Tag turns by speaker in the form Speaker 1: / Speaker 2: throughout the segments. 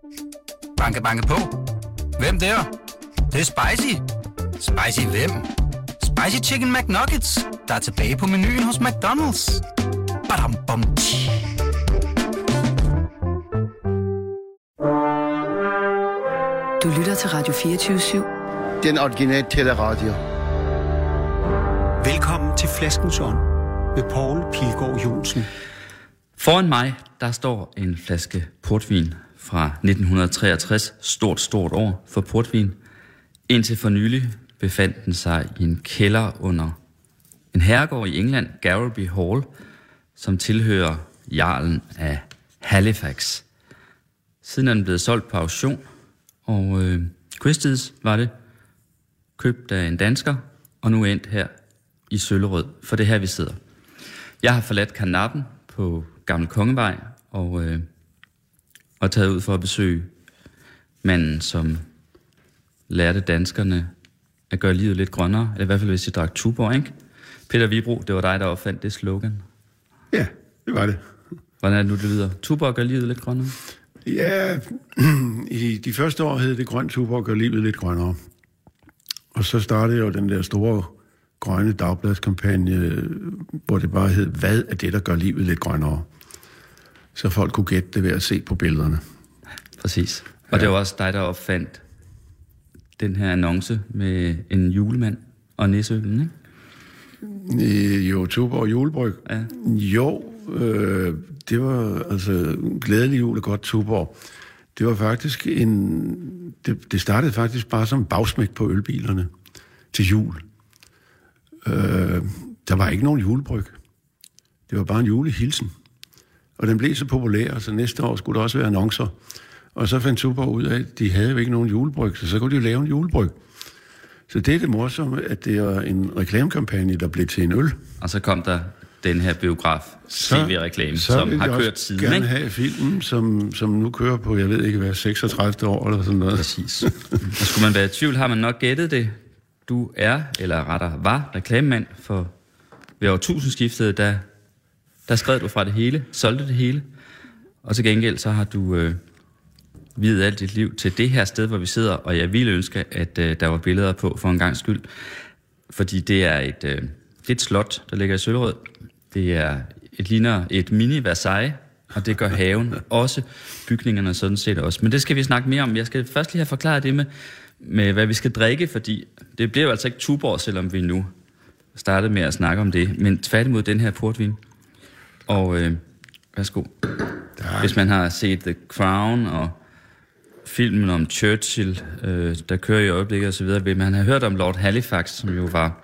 Speaker 1: Banke, banke på. Hvem der? Det er spicy. Spicy hvem? Spicy Chicken McNuggets, der er tilbage på menuen hos McDonald's. Badum, bom, tji.
Speaker 2: Du lytter til Radio 24/7.
Speaker 3: Den originale teleradio.
Speaker 4: Velkommen til Flaskens Ånd med Poul Pilgaard Johnsen.
Speaker 5: Foran mig, der står en flaske portvin fra 1963. Stort år for portvin. Indtil for nylig befandt den sig i en kælder under en herregård i England, Garrowby Hall, som tilhører jarlen af Halifax. Siden er den blevet solgt på auktion, og Christie's var det, købt af en dansker, og nu endt her i Søllerød, for det er her, vi sidder. Jeg har forladt Karnappen på Gammel Kongevej, og taget ud for at besøge manden, som lærte danskerne at gøre livet lidt grønnere, eller i hvert fald hvis de drak Tuborg, ikke? Peter Vibro, det var dig, der opfandt det slogan.
Speaker 6: Ja, det var det.
Speaker 5: Hvordan er det nu, det lyder? Tuborg gør livet lidt grønnere?
Speaker 6: Ja, i de første år hed det grønt Tuborg gør livet lidt grønnere. Og så startede jo den der store grønne dagbladskampagne, hvor det bare hed, hvad er det, der gør livet lidt grønnere? Så folk kunne gætte det ved at se på billederne.
Speaker 5: Præcis. Og det var også dig, der opfandt den her annonce med en julemand og nisseølen, ikke?
Speaker 6: Jo, Tuborg julebryg.
Speaker 5: Ja.
Speaker 6: Jo, det var altså glædelig jul og godt Tuborg. Det var faktisk det startede faktisk bare som bagsmæk på ølbilerne til jul. Der var ikke nogen julebryg. Det var bare en julehilsen. Og den blev så populær, så næste år skulle der også være annoncer. Og så fandt Tuborg ud af, at de havde jo ikke nogen julebryg, så kunne de jo lave en julebryg. Så det er det morsomme, at det er en reklamekampagne, der blev til en øl.
Speaker 5: Og så kom der den her biograf TV-reklame, som har kørt siden, ikke?
Speaker 6: Så vil jeg have filmen, som nu kører på, jeg ved ikke hvad, 36 år eller sådan noget.
Speaker 5: Præcis. Og skulle man være i tvivl, har man nok gættet det. Du er, eller rettere var, reklamemand for ved årtusindskiftet, der skred du fra det hele, solgte det hele. Og til gengæld så har du viet alt dit liv til det her sted, hvor vi sidder, og jeg ville ønske, at der var billeder på for en gangs skyld. Fordi det er et slot, der ligger i Søllerød. Det ligner et mini-Versailles, og det gør haven også, bygningerne sådan set også. Men det skal vi snakke mere om. Jeg skal først lige have forklaret det med hvad vi skal drikke, fordi det bliver jo altså ikke Tuborg, selvom vi nu startede med at snakke om det, men tværtimod den her portvin. Og værsgo. Hvis man har set The Crown og filmen om Churchill, der kører i øjeblikket og så videre, vil man have hørt om Lord Halifax, som jo var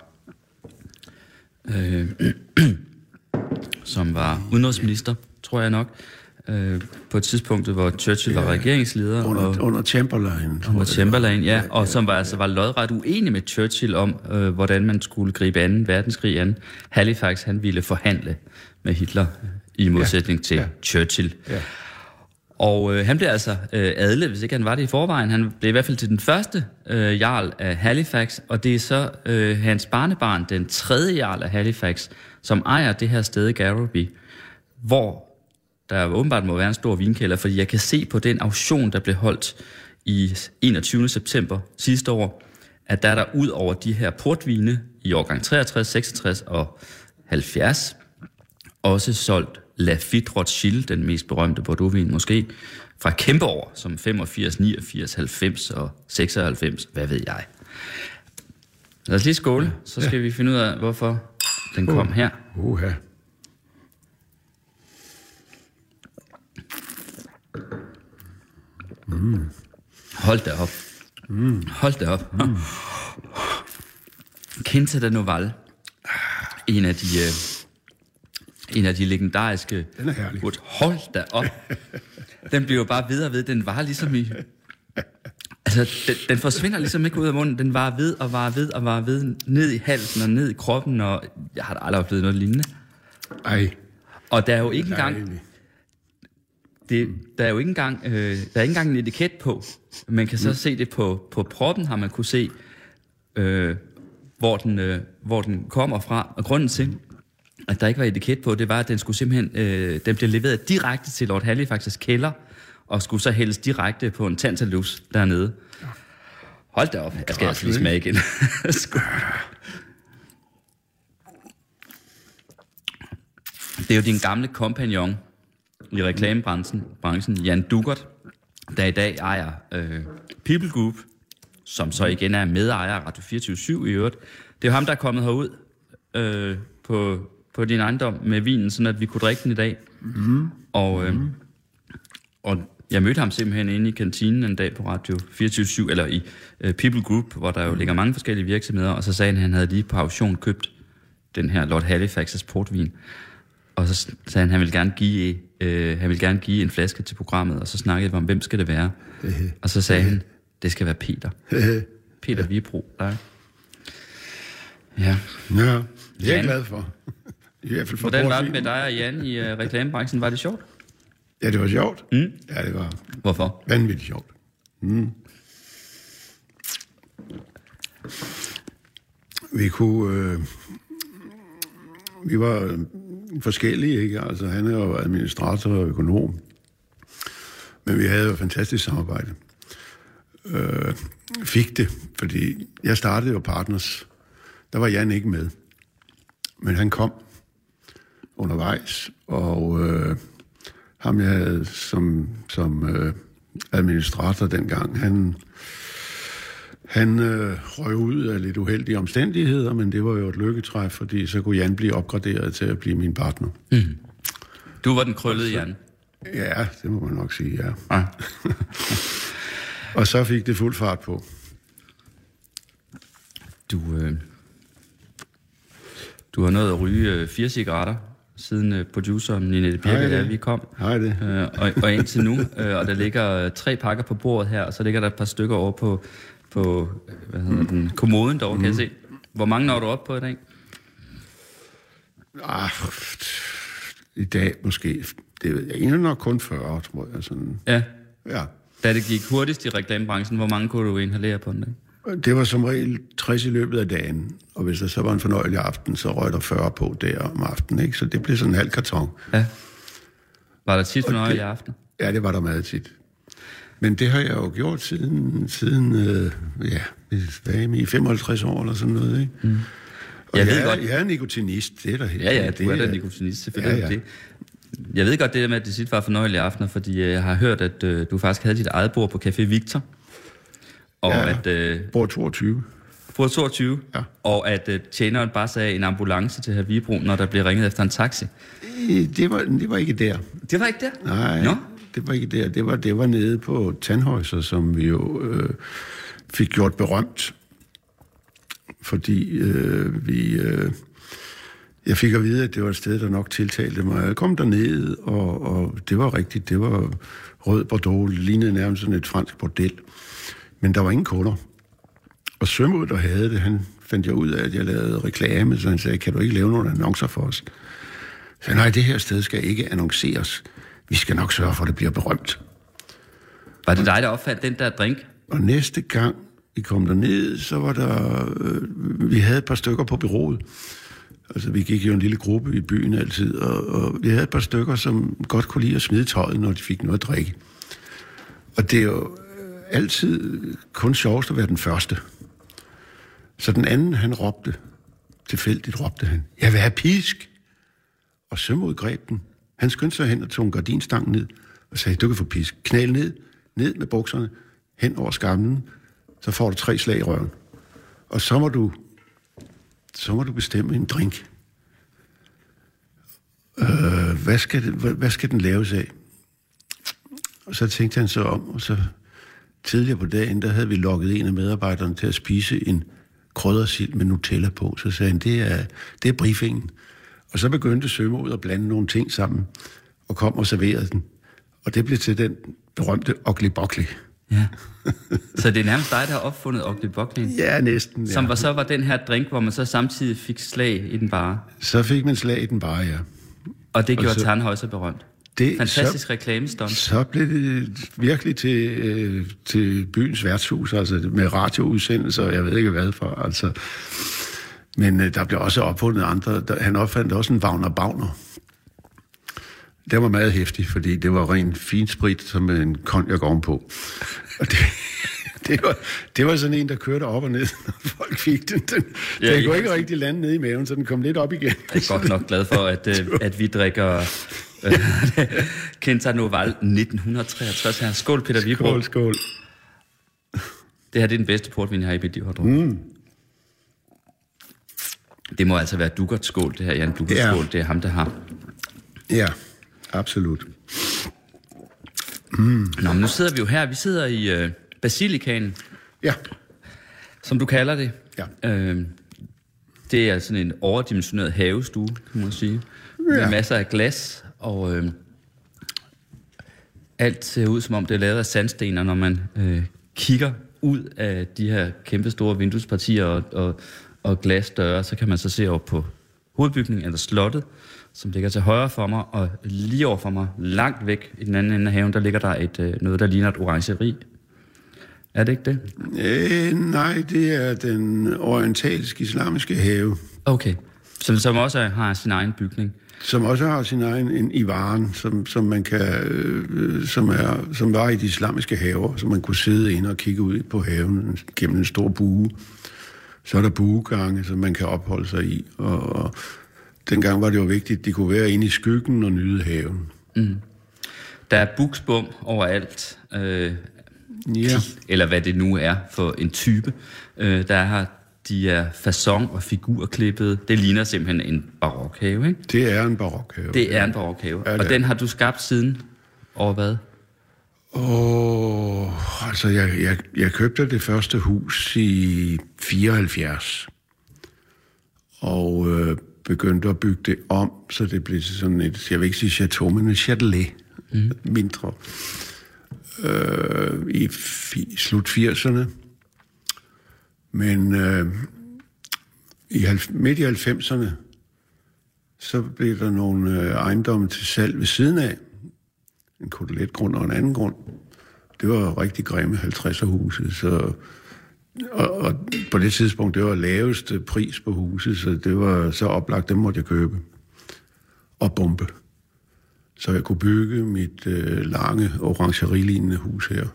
Speaker 5: som var udenrigsminister, tror jeg nok, på et tidspunkt, hvor Churchill var regeringsleder.
Speaker 6: Under Chamberlain.
Speaker 5: Under Chamberlain, ja, og som var lodret uenig med Churchill om, hvordan man skulle gribe 2. verdenskrig an. Halifax, han ville forhandle med Hitler i modsætning til Churchill. Ja. Og han blev altså adlet, hvis ikke han var det i forvejen. Han blev i hvert fald til den første jarl af Halifax, og det er så hans barnebarn, den 3. jarl af Halifax, som ejer det her sted, Garrowby, hvor der åbenbart må være en stor vinkælder, fordi jeg kan se på den auktion, der blev holdt i 21. september sidste år, at der ud over de her portvine i årgang 63, 66 og 70, også solgt Lafite Rothschild, den mest berømte Bordeauxvin måske, fra kæmpe år, som 85, 89, 90 og 96, hvad ved jeg. Lad os lige skåle, så skal vi finde ud af, hvorfor den kom her. Hold da op. Hold da op. Quinta de Noval. En af de legendariske...
Speaker 6: Den er herlig.
Speaker 5: Hold da op. Den bliver jo bare videre ved. Den var ligesom i... Altså, den forsvinder ligesom ikke ud af munden. Den var ved og var ved og var ved. Ned i halsen og ned i kroppen, og jeg har aldrig oplevet noget lignende.
Speaker 6: Ej.
Speaker 5: Og der er jo ikke engang... Der er ikke engang en etiket på. Man kan så se det på proppen, har man kunne se, hvor den kommer fra. Og grunden til, at der ikke var etiket på, det var, at den skulle simpelthen, den blev leveret direkte til Lord Halifax's kælder, og skulle så hældes direkte på en tantalus dernede. Hold da op, jeg skal altså lige smage igen. Det er jo din gamle kompagnon i reklamebranchen, Jan Duggert, der i dag ejer People Group, som så igen er medejer af Radio 24/7 i øvrigt. Det er jo ham, der er kommet herud på din ejendom med vinen, sådan at vi kunne drikke den i dag. Og jeg mødte ham simpelthen inde i kantinen en dag på Radio 24/7, eller i People Group, hvor der jo ligger mange forskellige virksomheder, og så sagde han, at han havde lige på auktion købt den her Lord Halifax's portvin. Og så sagde han, at han ville gerne give en flaske til programmet, og så snakkede vi om, hvem skal det være? Og så sagde han, det skal være Peter. Peter Vibro. Ja.
Speaker 6: Ja, det er jeg glad for.
Speaker 5: Hvordan var det med dig og Jan i reklamebranchen? Var det sjovt?
Speaker 6: Ja, det var sjovt. Ja, det var.
Speaker 5: Hvorfor?
Speaker 6: Vanvittigt sjovt. Vi var forskellige, ikke? Altså, han er jo administrator og økonom. Men vi havde jo et fantastisk samarbejde. Fik det, fordi jeg startede jo Partners. Der var Jan ikke med. Men han kom undervejs, og ham jeg havde som administrator dengang, han røg ud af lidt uheldige omstændigheder, men det var jo et lykketræf, fordi så kunne Jan blive opgraderet til at blive min partner.
Speaker 5: Du var den krøllede Jan.
Speaker 6: Ja, det må man nok sige, ja. Og så fik det fuld fart på.
Speaker 5: Du har nået at ryge 4 cigaretter, siden produceren Ninette Birke, da vi kom.
Speaker 6: Hej det.
Speaker 5: Og indtil nu. Og der ligger 3 pakker på bordet her, og så ligger der et par stykker over på den kommoden derovre, kan jeg se. Hvor mange når du op på i dag?
Speaker 6: I dag måske. Det er nok kun 40, tror jeg. Sådan.
Speaker 5: Ja.
Speaker 6: Ja.
Speaker 5: Da det gik hurtigst i reklamebranchen, hvor mange kunne du inhalere på den dag?
Speaker 6: Det var som regel 60 i løbet af dagen, og hvis der så var en fornøjelig aften, så røg der 40 på der om aftenen, ikke? Så det blev sådan en halv karton.
Speaker 5: Ja. Var der tit fornøjelig aften?
Speaker 6: Ja, det var der meget tit. Men det har jeg jo gjort siden i 55 år eller sådan noget, ikke? Jeg er nikotinist, det er der helt.
Speaker 5: Ja, du er da nikotinist, selvfølgelig. Ja. Det. Jeg ved godt det der med, at det tit var fornøjelige aftener, fordi jeg har hørt, at du faktisk havde dit eget bord på Café Victor. Og
Speaker 6: bord 22.
Speaker 5: Bord 22? Ja. Og at tjeneren bare sagde en ambulance til hr. Vibro, når der blev ringet efter en taxi.
Speaker 6: Det var ikke der.
Speaker 5: Det var ikke der?
Speaker 6: Nej, det var ikke der. Det var nede på Tandhøjser, som vi jo fik gjort berømt. Fordi jeg fik at vide, at det var et sted, der nok tiltalte mig. Jeg kom derned, og det var rigtigt. Det var rød Bordeaux, lignede nærmest sådan et fransk bordel. Men der var ingen kunder. Og Sømod, der havde det, han fandt jeg ud af, at jeg lavede reklame, så han sagde, kan du ikke lave nogle annoncer for os? Så nej, det her sted skal ikke annonceres. Vi skal nok sørge for, at det bliver berømt.
Speaker 5: Var det dig, der opfandt den der drink?
Speaker 6: Og næste gang vi kom derned, så var der... vi havde et par stykker på bureauet. Altså, vi gik jo en lille gruppe i byen altid, og vi havde et par stykker, som godt kunne lide at smide tøjet, når de fik noget at drikke. Og det er jo altid kun sjovest at være den første. Så den anden, han råbte, tilfældigt råbte han, jeg vil have pisk! Og Sømod greb den. Han skyndte sig hen og tog en gardinstang ned, og sagde, du kan få pisk. Knæl ned med bukserne, hen over skamlen, så får du 3 slag i røven. Og så må du bestemme en drink. Hvad skal den laves af? Og så tænkte han så om, og så tidligere på dagen, der havde vi lokket en af medarbejderne til at spise en kryddersild med Nutella på. Så sagde han, det er briefingen. Og så begyndte Sømod at blande nogle ting sammen, og kom og serverede den. Og det blev til den berømte Ugly Buckley.
Speaker 5: Ja. Så det er nærmest dig, der har opfundet Ugly Buckley?
Speaker 6: Ja, næsten. Ja.
Speaker 5: Som så var den her drink, hvor man så samtidig fik slag i den bare?
Speaker 6: Så fik man slag i den bare, ja.
Speaker 5: Og det gjorde Tandhøjser berømt? Fantastisk reklamestunt. Så
Speaker 6: blev det virkelig til byens værtshus, altså med radioudsendelser, jeg ved ikke hvad for, altså. Men der blev også opfundet andre. Han opfandt også en Wagner Bagner. Det var meget hæftigt, fordi det var rent finsprit, som en konjak ovenpå. Og det var sådan en, der kørte op og ned, når folk fik den. Den kunne ikke rigtig lande ned i maven, så den kom lidt op igen.
Speaker 5: Jeg er godt nok glad for, at vi drikker Quinta Noval 1963 her. Skål, Peter Vibro.
Speaker 6: Skål.
Speaker 5: Det her det er den bedste portvin, jeg har i mit liv. Det må altså være Duggert skål, det her. Jan Duggert skål, det er ham, der har.
Speaker 6: Ja, absolut.
Speaker 5: Nå, men nu sidder vi jo her. Vi sidder i Basilikaen.
Speaker 6: Ja.
Speaker 5: Som du kalder det.
Speaker 6: Ja.
Speaker 5: Det er sådan en overdimensioneret havestue, kan man sige. Med masser af glas, og alt ser ud, som om det er lavet af sandsten, og når man kigger ud af de her kæmpe store vinduespartier og glasdøre, så kan man så se over på hovedbygningen, eller slottet, som ligger til højre for mig, og lige over for mig, langt væk i den anden ende af haven, der ligger der noget, der ligner et orangeri. Er det ikke det?
Speaker 6: Nej, det er den orientalske islamiske have.
Speaker 5: Okay, som også har sin egen bygning.
Speaker 6: Som også har sin egen en Ivaren, som man kan, som var i de islamiske haver, så man kunne sidde inde og kigge ud på haven gennem en stor bue. Så er der buegange, som man kan opholde sig i, og dengang var det jo vigtigt, at de kunne være inde i skyggen og nyde haven.
Speaker 5: Mm. Der er buksbum overalt, eller hvad det nu er for en type. De er façon og figurklippet. Det ligner simpelthen en barokhave, ikke?
Speaker 6: Det er en barokhave.
Speaker 5: Det er en barokhave.
Speaker 6: Ja,
Speaker 5: og den har du skabt siden over hvad?
Speaker 6: Altså jeg købte det første hus i 74. Og begyndte at bygge det om, så det blev sådan et, jeg vil ikke sige chateau, men et châtelet. Mindre. I slut 80'erne. Men midt i 90'erne, så blev der nogle ejendomme til salg ved siden af. En koteletgrund og en anden grund. Det var rigtig grimme 50'er huse, så... Og på det tidspunkt, det var laveste pris på huset, så det var så oplagt, dem måtte jeg købe. Og bombe. Så jeg kunne bygge mit lange orangerielignende hus her.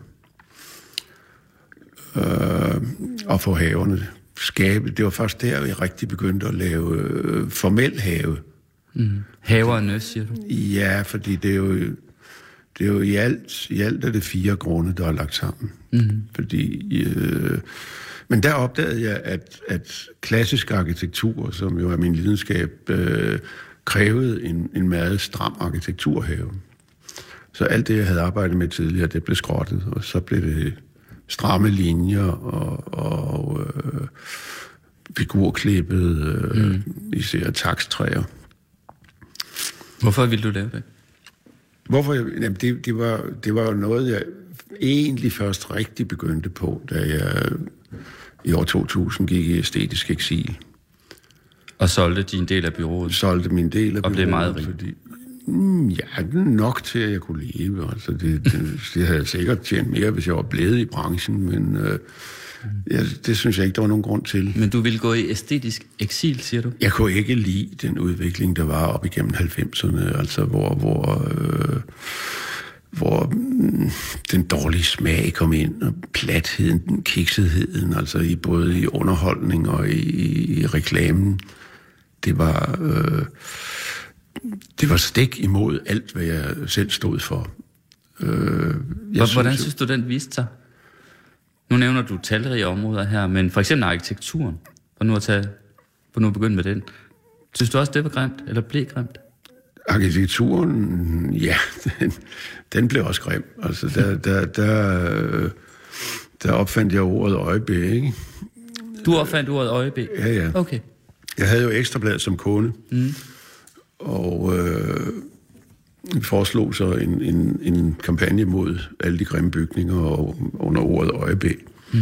Speaker 6: Og få haverne skabe. Det var først der, vi rigtig begyndte at lave formel have.
Speaker 5: Haver og nøs, siger du?
Speaker 6: Ja, fordi det er jo i alt er det 4 grunde, der er lagt sammen. Fordi, men der opdagede jeg, at klassisk arkitektur, som jo er min lidenskab, krævede en meget stram arkitekturhave. Så alt det, jeg havde arbejdet med tidligere, det blev skrottet, og så blev det stramme linjer og figurklippet, især takstræer.
Speaker 5: Hvorfor ville du lave det?
Speaker 6: Hvorfor? Jamen, det var jo noget, jeg egentlig først rigtig begyndte på, da jeg i år 2000 gik i æstetisk eksil.
Speaker 5: Og solgte din del af bureauet?
Speaker 6: Solgte min del af bureauet.
Speaker 5: Og blev meget rig?
Speaker 6: Fordi, nok til, at jeg kunne leve. Altså, det havde jeg sikkert tjent mere, hvis jeg var blevet i branchen, men det synes jeg ikke, der var nogen grund til.
Speaker 5: Men du ville gå i æstetisk eksil, siger du?
Speaker 6: Jeg kunne ikke lide den udvikling, der var op igennem 90'erne, altså hvor den dårlige smag kom ind, og platheden, kiksetheden, altså både i underholdning og i reklamen. Det var stik imod alt, hvad jeg selv stod for.
Speaker 5: Hvordan synes du, den viste sig? Nu nævner du talrige områder her, men for eksempel arkitekturen, for nu at begynde med den. Synes du også, det var grimt, eller blev grimt?
Speaker 6: Arkitekturen, ja, den blev også grim. Altså, der opfandt jeg ordet øjebæ, ikke?
Speaker 5: Du opfandt ordet øjebæ?
Speaker 6: Ja.
Speaker 5: Okay.
Speaker 6: Jeg havde jo Ekstrabladet som kunde, og foreslog så en kampagne mod alle de grimme bygninger og under ordet øjebæ.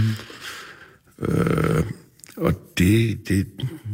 Speaker 6: Og det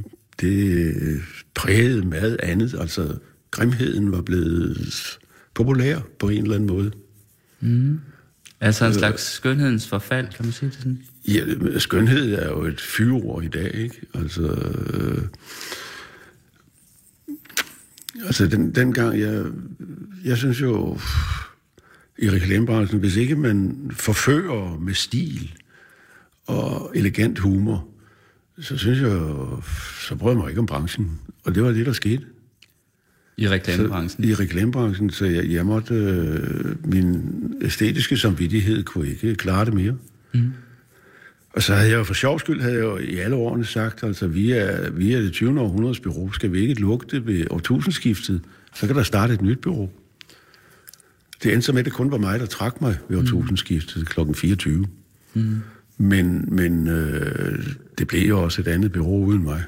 Speaker 6: prægede meget andet. Altså, grimheden var blevet populær på en eller anden måde.
Speaker 5: Altså en slags skønhedens forfald, kan man sige det sådan?
Speaker 6: Ja, skønhed er jo et fyreord i dag, ikke? Altså, Altså, dengang, jeg synes jo, i reklamebranchen, hvis ikke man forfører med stil og elegant humor, så synes jeg, så bryder jeg mig ikke om branchen. Og det var det, der skete.
Speaker 5: I reklamebranchen?
Speaker 6: I reklamebranchen, så jeg måtte... min æstetiske samvittighed kunne ikke klare det mere. Mm. Og så havde jeg jo for sjov skyld, havde jeg jo i alle årene sagt, altså vi er det 20. århundredes bureau, skal vi ikke lukke det ved årtusindskiftet, så kan der starte et nyt bureau. Det endte så med, at det kun var mig, der trak mig ved årtusindskiftet kl. 24. Mm. Men det blev jo også et andet bureau uden mig.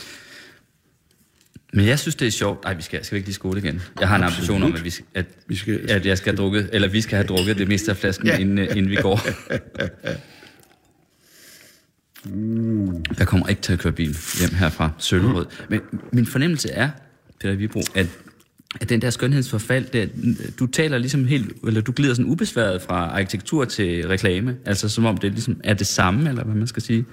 Speaker 5: Men jeg synes, det er sjovt. Ej, skal vi ikke lige skåle igen? Jeg har en ambition om, at jeg skal have drukket, eller vi skal have drukket det meste af flasken, inden vi går. Jeg kommer ikke til at køre bil hjem her fra Søllerød. Men min fornemmelse er, Peter Vibro, at den der skønhedsforfald, du taler ligesom eller du glider sådan ubesværet fra arkitektur til reklame, altså som om det ligesom er det samme, eller hvad man skal sige.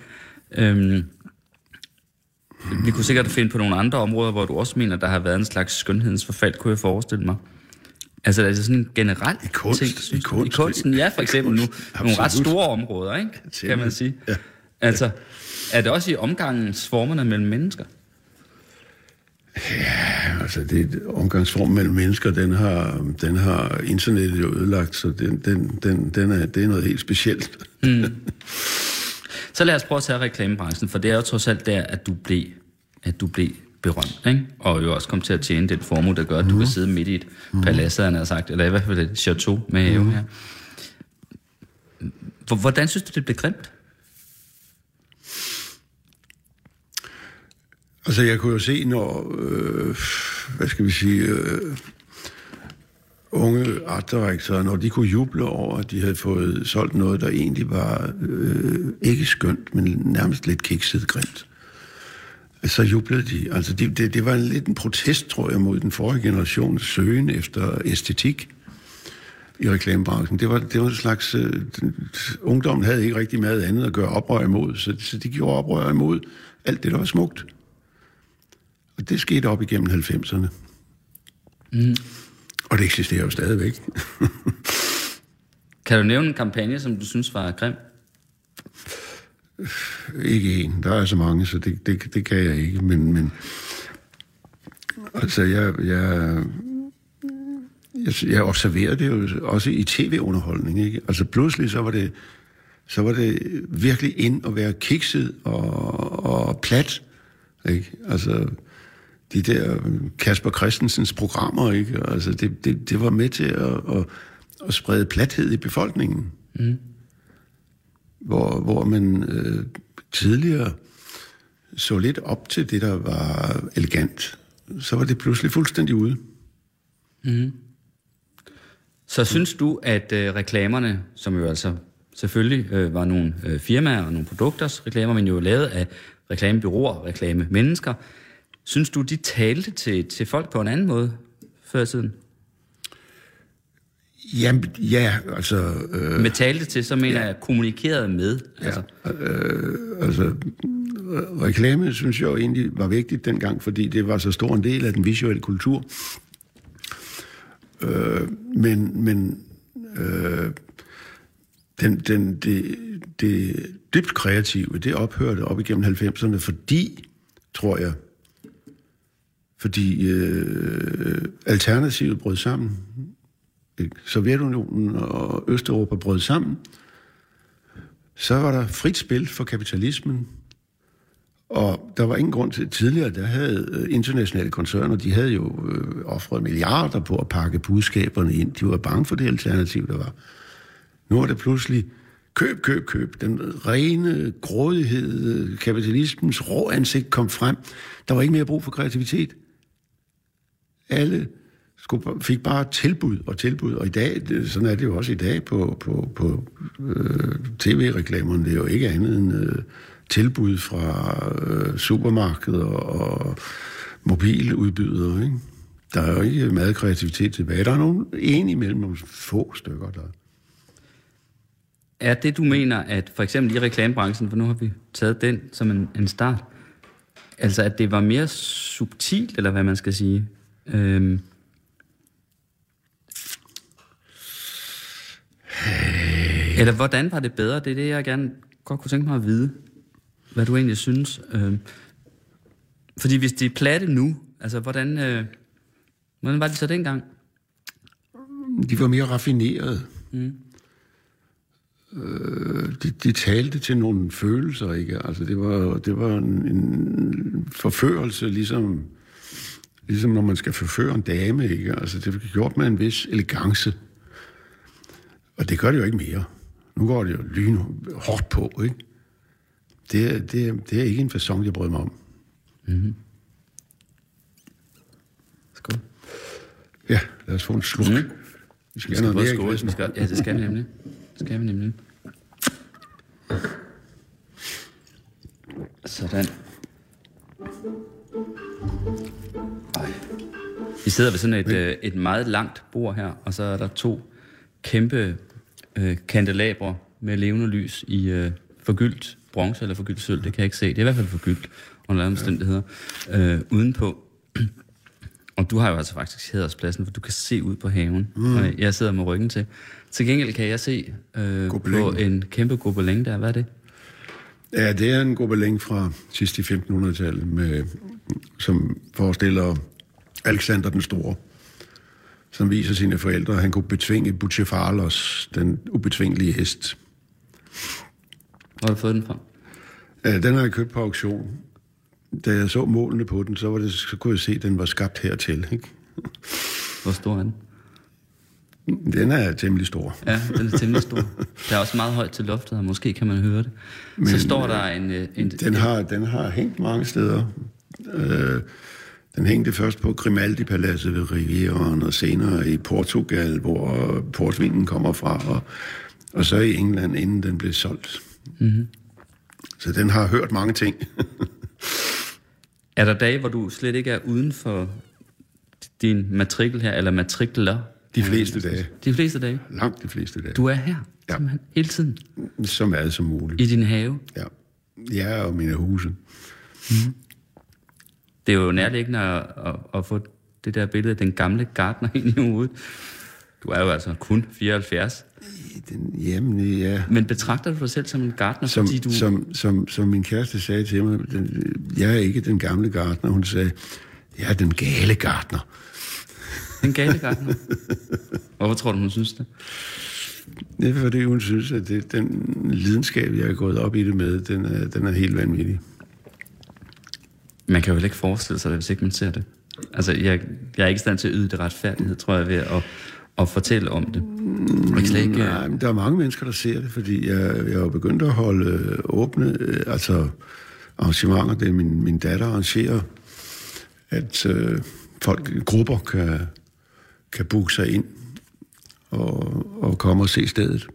Speaker 5: Vi kunne sikkert finde på nogle andre områder, hvor du også mener, der har været en slags skønhedsforfald, kunne jeg forestille mig. Altså er det sådan en generel ting? I kunsten, ja, for eksempel nu. Nogle ret store områder, ikke? Kan man sige. Ja. Altså, er det også i omgangsformerne mellem mennesker?
Speaker 6: Ja, altså det omgangsform mellem mennesker, den har internettet jo ødelagt, så det er noget helt specielt.
Speaker 5: Så lad os prøve at tage reklamebranchen, for det er jo trods alt der, at du blev berømt, ikke? Og jo også kom til at tjene den formue, der gør, at du kan sidde midt i et palads, han har sagt, eller i hvert fald et chateau med have her. Hvordan synes du, det blev grimt?
Speaker 6: Altså, jeg kunne jo se, når, unge artdirektorer, når de kunne juble over, at de havde fået solgt noget, der egentlig var ikke skønt, men nærmest lidt kikset grimt. Så jublede de. Altså, det var lidt en protest, tror jeg, mod den forrige generations søgen efter æstetik i reklamebranchen. Det var en slags... ungdommen havde ikke rigtig meget andet at gøre oprør imod, så de gjorde oprør imod alt det, der var smukt. Og det skete op igennem 90'erne. Og det eksisterer jo stadigvæk.
Speaker 5: Kan du nævne en kampagne, som du synes var grim?
Speaker 6: Ikke en. Der er så mange, så det kan jeg ikke. Men altså, jeg observerer det jo også i tv-underholdning, ikke? Altså pludselig så var det virkelig ind at være kikset og plat, ikke? Altså de der Kasper Christensens programmer, ikke? Altså det var med til at sprede plathed i befolkningen. Hvor man tidligere så lidt op til det, der var elegant. Så var det pludselig fuldstændig ude.
Speaker 5: Så synes du, at reklamerne, som jo altså selvfølgelig var nogle firmaer og nogle produkters reklamer, men jo lavet af reklamebureauer, reklamemennesker, synes du, de talte til folk på en anden måde før i tiden?
Speaker 6: Jamen, ja, altså...
Speaker 5: Med talte til, så mener jeg kommunikeret med.
Speaker 6: Altså, reklame, synes jeg jo egentlig var vigtigt dengang, fordi det var så stor en del af den visuelle kultur. Det dybt kreative, det ophørte op igennem 90'erne, fordi Alternativet brød sammen. Sovjetunionen og Østeuropa brød sammen. Så var der frit spil for kapitalismen. Og der var ingen grund til tidligere, der havde internationale koncerner, de havde jo offret milliarder på at pakke budskaberne ind. De var bange for det alternativ, der var. Nu er det pludselig køb. Den rene grådighed, kapitalismens rå ansigt kom frem. Der var ikke mere brug for kreativitet. Alle fik bare tilbud, og i dag, sådan er det jo også i dag på tv-reklamerne, det er jo ikke andet end tilbud fra supermarkeder og mobiludbydere, ikke? Der er jo ikke meget kreativitet tilbage. Der er nogle imellem nogle få stykker, der...
Speaker 5: Er det, du mener, at for eksempel i reklamebranchen, for nu har vi taget den som en start, altså at det var mere subtilt, eller hvad man skal sige, Eller hvordan var det bedre? Det er det, jeg gerne godt kunne tænke mig at vide. Hvad du egentlig synes. Fordi hvis de er platte nu, altså hvordan var de så dengang?
Speaker 6: De var mere raffinerede. De talte til nogle følelser, ikke? Altså det var en forførelse, ligesom når man skal forføre en dame, ikke? Altså det var gjort med en vis elegance. Og det gør det jo ikke mere. Nu går det jo lynhårdt på, ikke? Det er ikke en facon, jeg bryder mig om.
Speaker 5: Mm-hmm. Skål.
Speaker 6: Ja, lad os få en slurk. Mm.
Speaker 5: Vi skal have noget mere i glæsen. Ja, det skal vi nemlig. Sådan. Vi sidder ved sådan et meget langt bord her, og så er der 2 kæmpe kandelabre med levende lys i forgyldt bronze eller forgyldt sølv, det kan jeg ikke se. Det er i hvert fald forgyldt under omstændigheder udenpå. Og du har jo altså faktisk hæderspladsen, for du kan se ud på haven. Og jeg sidder med ryggen til. Til gengæld kan jeg se på en kæmpe gobelin der. Hvad er det?
Speaker 6: Ja, det er en gobelin fra sidst i 1500-tallet, som forestiller Alexander den Store, som viser sine forældre, at han kunne betvinge Bucephalos, den ubetvingelige hest.
Speaker 5: Hvor har du fået den fra?
Speaker 6: Ja, den har jeg købt på auktion. Da jeg så målene på den, så kunne jeg se, at den var skabt hertil. Ikke?
Speaker 5: Hvor stor er den?
Speaker 6: Den er temmelig stor.
Speaker 5: Ja, den er temmelig stor. Der er også meget højt til loftet, og måske kan man høre det. Men så står der en...
Speaker 6: Den har hængt mange steder. Den hængte først på Grimaldi-paladset ved Rivieraen, og senere i Portugal, hvor portvinen kommer fra, og så i England, inden den blev solgt. Mm-hmm. Så den har hørt mange ting.
Speaker 5: Er der dage, hvor du slet ikke er uden for din matrikel her, eller matrikler?
Speaker 6: De fleste dage.
Speaker 5: De fleste dage?
Speaker 6: Langt de fleste dage.
Speaker 5: Du er her, simpelthen, hele tiden?
Speaker 6: Så meget som muligt.
Speaker 5: I din have?
Speaker 6: Ja. Ja, og mine huse.
Speaker 5: Mm-hmm. Det er jo nærliggende at få det der billede af den gamle gartner ind i hovedet. Du er jo altså kun 74.
Speaker 6: Jamen, ja.
Speaker 5: Men betragter du dig selv som en gartner, fordi du...
Speaker 6: Som min kæreste sagde til mig, jeg er ikke den gamle gartner. Hun sagde, jeg er den gale gartner.
Speaker 5: Den gale gartner? Hvorfor tror du, hun synes det?
Speaker 6: Det er fordi, hun synes, at den lidenskab, jeg er gået op i det med, den er helt vanvittig.
Speaker 5: Man kan jo ikke forestille sig det, hvis ikke man ser det. Altså, jeg er ikke i stand til at yde det retfærdighed, tror jeg, ved at fortælle om det.
Speaker 6: Nej, men der er mange mennesker, der ser det, fordi jeg er jo begyndt at holde åbne, altså arrangementer, det min datter arrangerer, at grupper kan booke sig ind og komme og se stedet.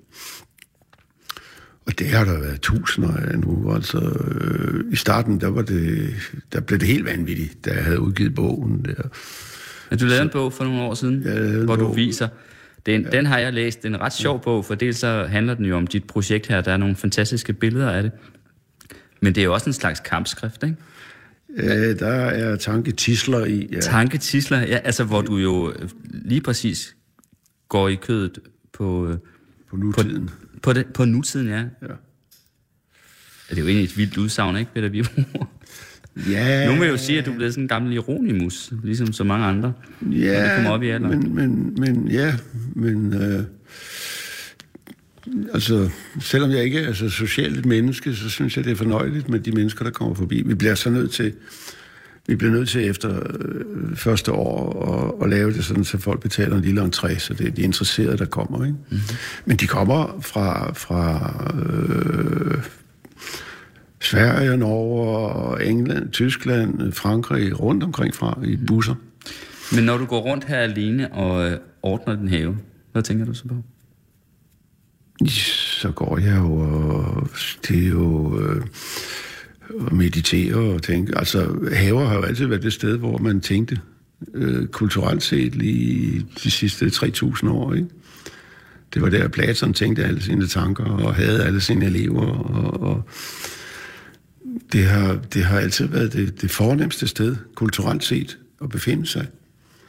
Speaker 6: Og det har der været tusinder af nu. Altså, i starten, der blev det helt vanvittigt, da jeg havde udgivet bogen der.
Speaker 5: Ja, du lavede en bog for nogle år siden, hvor du viser... Den har jeg læst. Det er en ret sjov bog, for dels så handler den jo om dit projekt her. Der er nogle fantastiske billeder af det. Men det er jo også en slags kampskrift, ikke?
Speaker 6: Ja, der er tanketisler i. Ja.
Speaker 5: Tanketisler, ja, altså hvor du jo lige præcis går i kødet på
Speaker 6: nutiden.
Speaker 5: På nutiden, ja. Er det jo egentlig et vildt udsagn, ikke, Peter Birbo?
Speaker 6: Ja.
Speaker 5: Nogle vil jo sige, at du bliver sådan en gammel ironimus, ligesom så mange andre.
Speaker 6: Ja,
Speaker 5: det kommer op i alderen.
Speaker 6: Men altså, selvom jeg ikke er så socialt et menneske, så synes jeg, det er fornøjeligt med de mennesker, der kommer forbi. Vi bliver nødt til efter første år at lave det sådan, så folk betaler en lille entré, så det er de interesserede, der kommer, ikke? Mm-hmm. Men de kommer fra Sverige, Norge, England, Tyskland, Frankrig, rundt omkring fra i busser.
Speaker 5: Men når du går rundt her alene og ordner din have, hvad tænker du så på?
Speaker 6: Så går jeg jo og mediterer og tænker. Altså, haver har jo altid været det sted, hvor man tænkte kulturelt set lige de sidste 3.000 år, ikke? Det var der, Platon tænkte alle sine tanker og havde alle sine elever, og det har altid været det fornemste sted, kulturelt set, at befinde sig.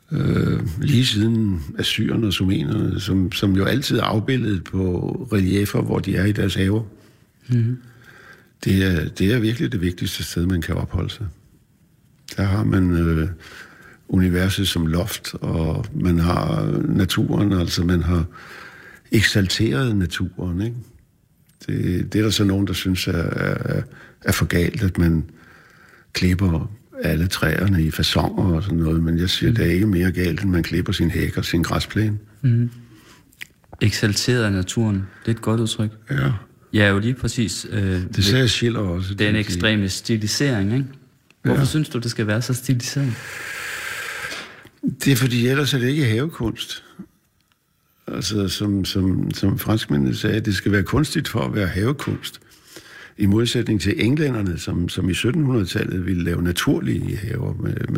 Speaker 6: lige siden assyrerne og sumenerne, som jo altid er afbildet på reliefer, hvor de er i deres haver. Mm-hmm. Det er virkelig det vigtigste sted, man kan opholde sig. Der har man universet som loft, og man har naturen, altså man har eksalteret naturen, ikke? Det er der så nogen, der synes er for galt, at man klipper alle træerne i fasoner og sådan noget, men jeg siger, det er ikke mere galt, end man klipper sin hæk og sin græsplæne. Mm.
Speaker 5: Eksalteret af naturen, det er et godt udtryk.
Speaker 6: Ja.
Speaker 5: Ja, jo lige præcis.
Speaker 6: Det sagde Schiller også.
Speaker 5: Den ekstreme stilisering, ikke? Hvorfor synes du, det skal være så stiliseret?
Speaker 6: Det er fordi, ellers er det ikke havekunst. Altså, som franskmændene sagde, det skal være kunstigt for at være havekunst. I modsætning til englænderne, som i 1700-tallet ville lave naturlige haver.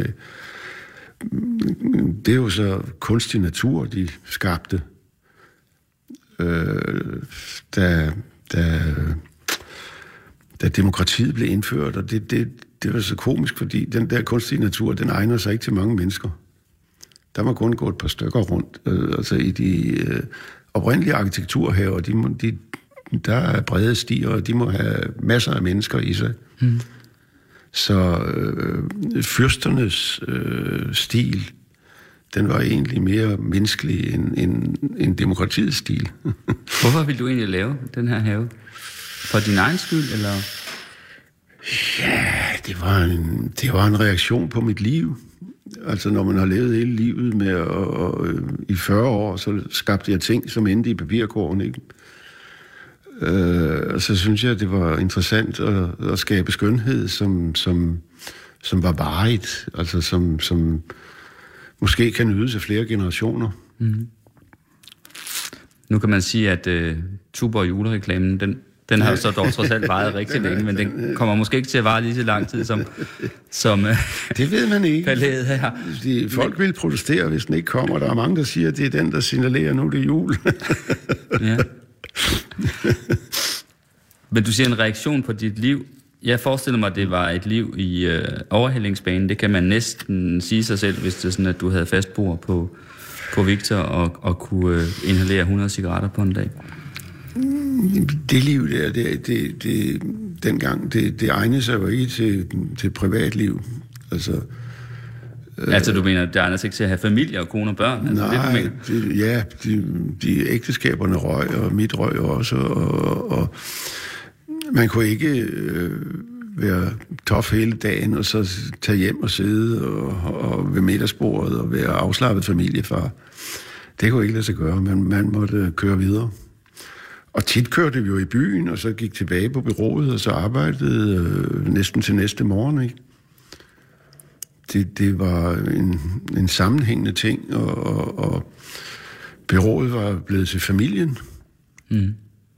Speaker 6: Det er jo så kunstig natur, de skabte. Da demokratiet blev indført, og det var så komisk, fordi den der kunstige natur, den egner sig ikke til mange mennesker. Der må kun gå et par stykker rundt. Altså i de oprindelige arkitekturhaver, der er brede stier, og de må have masser af mennesker i sig. Mm. Så fyrsternes stil, den var egentlig mere menneskelig end demokratiets stil.
Speaker 5: Hvorfor ville du egentlig lave den her have? For din egen skyld, eller?
Speaker 6: Ja, det var en reaktion på mit liv. Altså, når man har levet hele livet med i 40 år, så skabte jeg ting, som endte i papirkurven, ikke? Og så synes jeg, det var interessant at skabe skønhed, som var varigt, altså som måske kan nydes af flere generationer. Mm.
Speaker 5: Nu kan man sige, at Tuborg julereklamen, den har jo så dog trods alt varet rigtig længe, men den kommer måske ikke til at vare lige så lang tid som
Speaker 6: det ved man ikke.
Speaker 5: Palæet her.
Speaker 6: Folk vil protestere, hvis den ikke kommer. Der er mange, der siger, at det er den, der signalerer, nu det er jul.
Speaker 5: Ja. Men du siger en reaktion på dit liv. Jeg forestiller mig, at det var et liv i overhældingsbanen. Det kan man næsten sige sig selv, hvis det er sådan, at du havde fast bord på Victor og kunne inhalere 100 cigaretter på en dag.
Speaker 6: Det liv der, dengang, det egnede sig jo ikke til privatliv.
Speaker 5: Altså du mener, det egner sig ikke til at have familie og kone og børn? Altså,
Speaker 6: nej, de ægteskaberne røg, og mit røg også, og man kunne ikke være tof hele dagen, og så tage hjem og sidde og ved middagsbordet og være afslappet familiefar. Det kunne ikke lade sig gøre, men man måtte køre videre. Og tit kørte vi jo i byen, og så gik tilbage på bureauet, og så arbejdede næsten til næste morgen, ikke? Det var en sammenhængende ting, og bureauet var blevet til familien. Mm.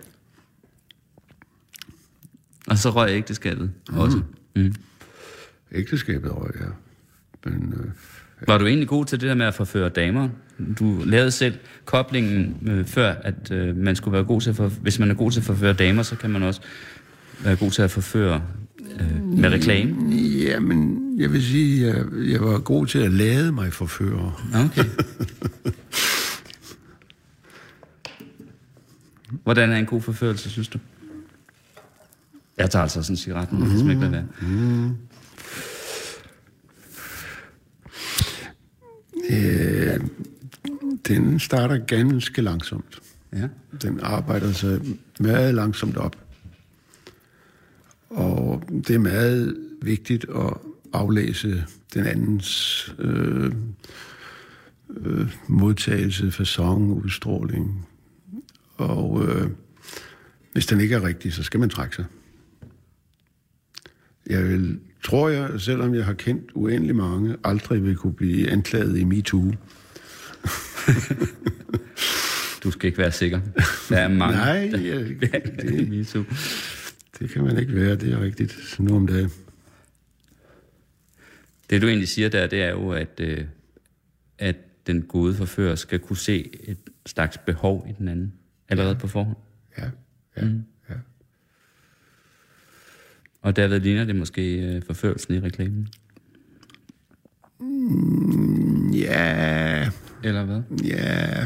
Speaker 5: Og så røg ægteskabet også. Mm.
Speaker 6: Ægteskabet røg, ja. Men,
Speaker 5: var du egentlig god til det der med at forføre damer? Du lavede selv koblingen før, at man skulle være god til hvis man er god til at forføre damer, så kan man også være god til at forføre med reklame.
Speaker 6: Ja, men jeg vil sige, at jeg var god til at lade mig forføre.
Speaker 5: Okay. Hvordan er en god forførelse, synes du? Jeg tager altså sådan en cigaret, men det smækker være.
Speaker 6: Den starter ganske langsomt.
Speaker 5: Ja.
Speaker 6: Den arbejder sig meget langsomt op. Og det er meget vigtigt at aflæse den andens modtagelse, facon, udstråling. Og hvis den ikke er rigtig, så skal man trække sig. Tror jeg, selvom jeg har kendt uendelig mange, aldrig vil kunne blive anklaget i MeToo.
Speaker 5: Du skal ikke være sikker. Der er mange.
Speaker 6: Nej, det kan man ikke være, det er rigtigt. Nu om dagen.
Speaker 5: Det du egentlig siger der, det er jo, at den gode forfører skal kunne se et slags behov i den anden, allerede på forhånd.
Speaker 6: Ja.
Speaker 5: Og derved ligner det måske forførelsen i reklamen.
Speaker 6: Ja.
Speaker 5: Eller hvad?
Speaker 6: Ja.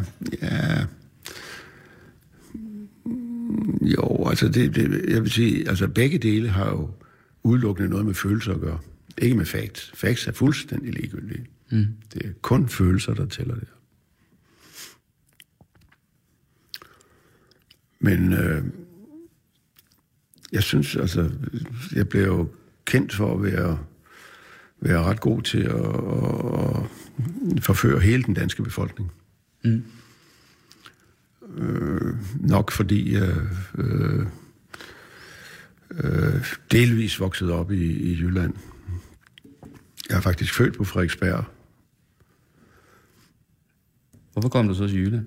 Speaker 6: Jo, altså jeg vil sige, altså begge dele har jo udelukkende noget med følelser at gøre. Ikke med facts. Facts er fuldstændig ligegyldige. Det er kun følelser, der tæller det. Men jeg synes, altså, jeg blev jo kendt for at være ret god til at forføre hele den danske befolkning. Nok fordi jeg delvis voksede op i Jylland. Jeg er faktisk født på Frederiksberg.
Speaker 5: Hvorfor kom du så til Jylland?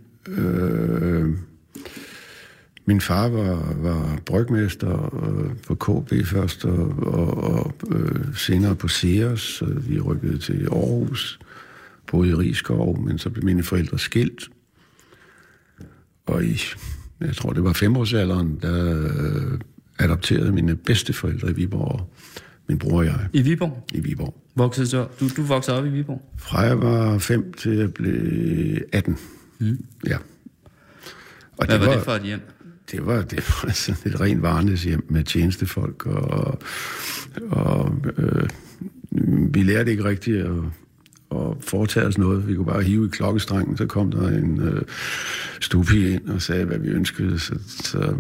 Speaker 6: Min far var brygmester på KB først, og senere på Ceres. Vi rykkede til Aarhus, boede i Rigskov, men så blev mine forældre skilt. Og jeg tror, det var 5-årsalderen, der adopterede mine bedsteforældre i Viborg, min bror og jeg.
Speaker 5: I Viborg?
Speaker 6: I Viborg.
Speaker 5: Du voksede op i Viborg?
Speaker 6: Fra jeg var 5 til jeg blev 18. Ja. Og
Speaker 5: hvad var det for et hjem?
Speaker 6: Det var sådan et rent Varnes hjem med tjenestefolk, og vi lærte ikke rigtigt at foretage os noget. Vi kunne bare hive i klokkestrengen, så kom der en stuepige ind og sagde, hvad vi ønskede. Så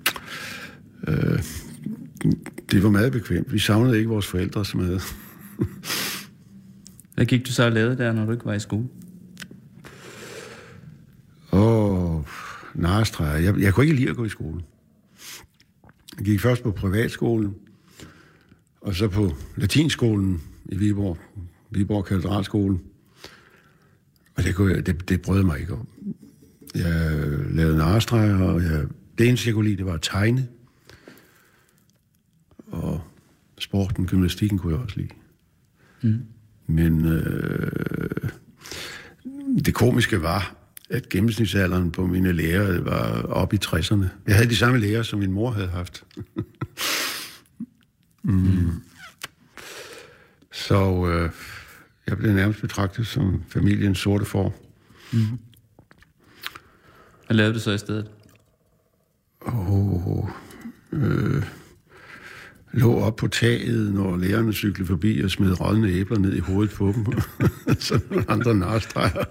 Speaker 6: det var meget bekvemt. Vi savnede ikke vores forældres mad.
Speaker 5: Hvad gik du så og lavede der, når du ikke var i skole?
Speaker 6: Narestreger. Jeg kunne ikke lide at gå i skole. Jeg gik først på privatskolen, og så på latinskolen i Viborg Katedralskolen. Og det brød mig ikke om. Jeg lavede narestreger, og det eneste, jeg kunne lide, det var at tegne. Og sporten, gymnastikken kunne jeg også lide. Men det komiske var, at gennemsnitsalderen på mine lærere var oppe i 60'erne. Jeg havde de samme lærere, som min mor havde haft. Så jeg blev nærmest betragtet som familiens sorte får.
Speaker 5: Hvad lavede du så i stedet?
Speaker 6: Lå op på taget, når lærerne cyklede forbi og smed rådne æbler ned i hovedet på dem. Så nogle andre narestreger.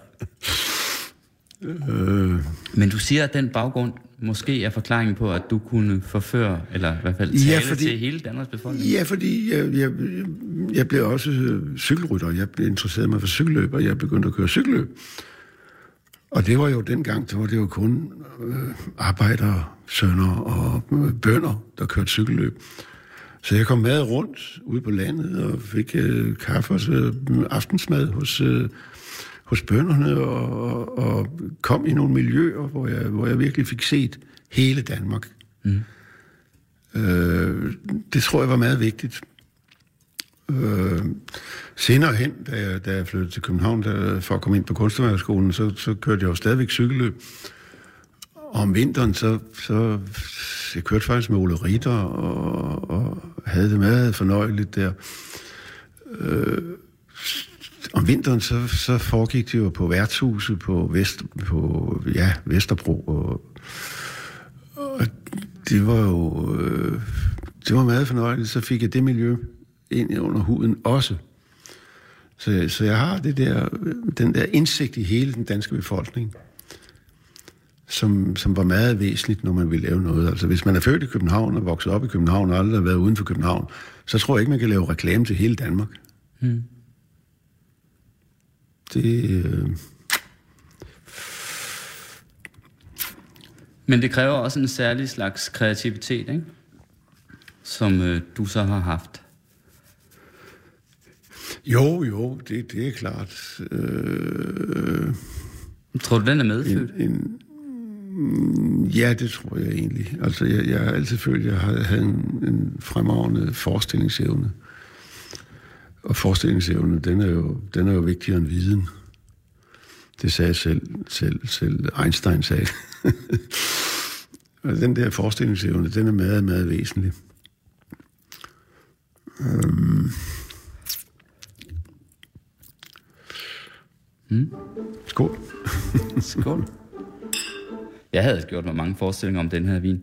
Speaker 5: Men du siger, at den baggrund måske er forklaringen på, at du kunne forføre, eller i hvert fald tale til hele Danmarks befolkning?
Speaker 6: Ja, fordi jeg blev også cykelrytter. Jeg blev interesseret mig for cykelløb, og jeg begyndte at køre cykelløb. Og det var jo dengang, så var det jo kun arbejdere, sønner og bønder, der kørte cykelløb. Så jeg kom meget rundt ude på landet og fik kaffe og aftensmad hos bønderne og kom i nogle miljøer, hvor jeg virkelig fik set hele Danmark. Det tror jeg var meget vigtigt. Senere hen, da jeg flyttede til København for at komme ind på Kunsthåndværkerskolen, så kørte jeg jo stadigvæk cykelløb. Og om vinteren, så jeg kørte faktisk med Ole Ritter og havde det meget fornøjeligt der. Om vinteren, så foregik det jo på værtshuset på Vesterbro, og det var jo det var meget fornøjeligt. Så fik jeg det miljø ind under huden også. Så jeg har den der indsigt i hele den danske befolkning, som var meget væsentligt, når man vil lave noget. Altså hvis man er født i København og vokset op i København og aldrig har været uden for København, så tror jeg ikke, man kan lave reklame til hele Danmark.
Speaker 5: Men det kræver også en særlig slags kreativitet, ikke? Som du så har haft.
Speaker 6: Jo, det er klart.
Speaker 5: Tror du, den er medfødt?
Speaker 6: Ja, det tror jeg egentlig. Altså, jeg har altid følt, at jeg havde en fremragende forestillingsevne. Og forestillingsevne, den er jo vigtigere end viden. Det sagde selv Einstein sagde. Og den der forestillingsevne, den er meget, meget væsentlig. Skål.
Speaker 5: Skål. Jeg havde gjort mig mange forestillinger om den her vin.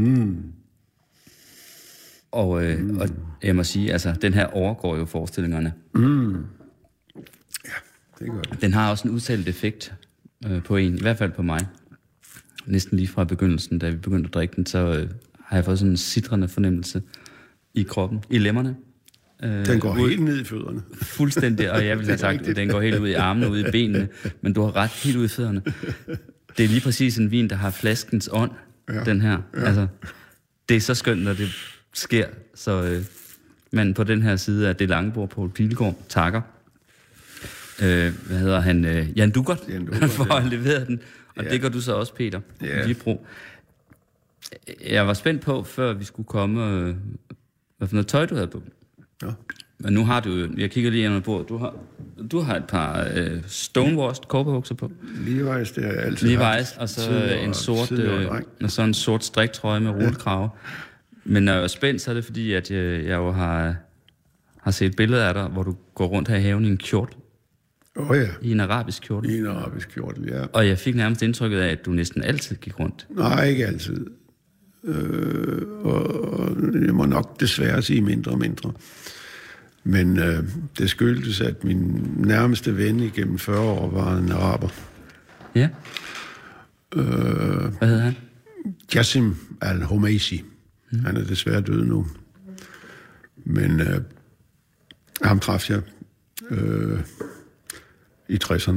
Speaker 5: Og jeg må sige, altså, den her overgår jo forestillingerne.
Speaker 6: Ja, det gør det.
Speaker 5: Den har også en udtalt effekt på en, i hvert fald på mig. Næsten lige fra begyndelsen, da vi begyndte at drikke den, så har jeg fået sådan en sitrende fornemmelse i kroppen, i lemmerne.
Speaker 6: Den går helt ned i fødderne.
Speaker 5: Fuldstændig, og jeg vil have sagt, at den går helt ud i armene, ud i benene, men du har ret, helt ud i fødderne. Det er lige præcis en vin, der har flaskens ånd, den her. Ja. Altså, det er så skønt, når det sker, så man på den her side af det lange bord, Poul Pilgaard, takker. Hvad hedder han? Jan Duckert, for at levere den. Og det gør du så også, Peter, Libro. Jeg var spændt på, før vi skulle komme, hvad for noget tøj du havde på. Ja. Men nu har du jo, jeg kigger lige under bordet, du har et par stonewashed korpebukser på.
Speaker 6: Levi's, det har jeg altid
Speaker 5: Levi's, og så en sort striktrøje med rullekrave. Men når jeg er spændt, så er det fordi, at jeg jo har set billeder af dig, hvor du går rundt her i haven i en kjortel. I en arabisk kjortel.
Speaker 6: I en arabisk kjortel, ja.
Speaker 5: Og jeg fik nærmest indtrykket af, at du næsten altid gik rundt.
Speaker 6: Nej, ikke altid. Og jeg må nok desværre sige mindre og mindre. Men det skyldtes, at min nærmeste ven igennem 40 år var en araber.
Speaker 5: Ja. Hvad hedder han?
Speaker 6: Jassim al-Homeisi. Han er desværre død nu. Men ham traf jeg i 60'erne.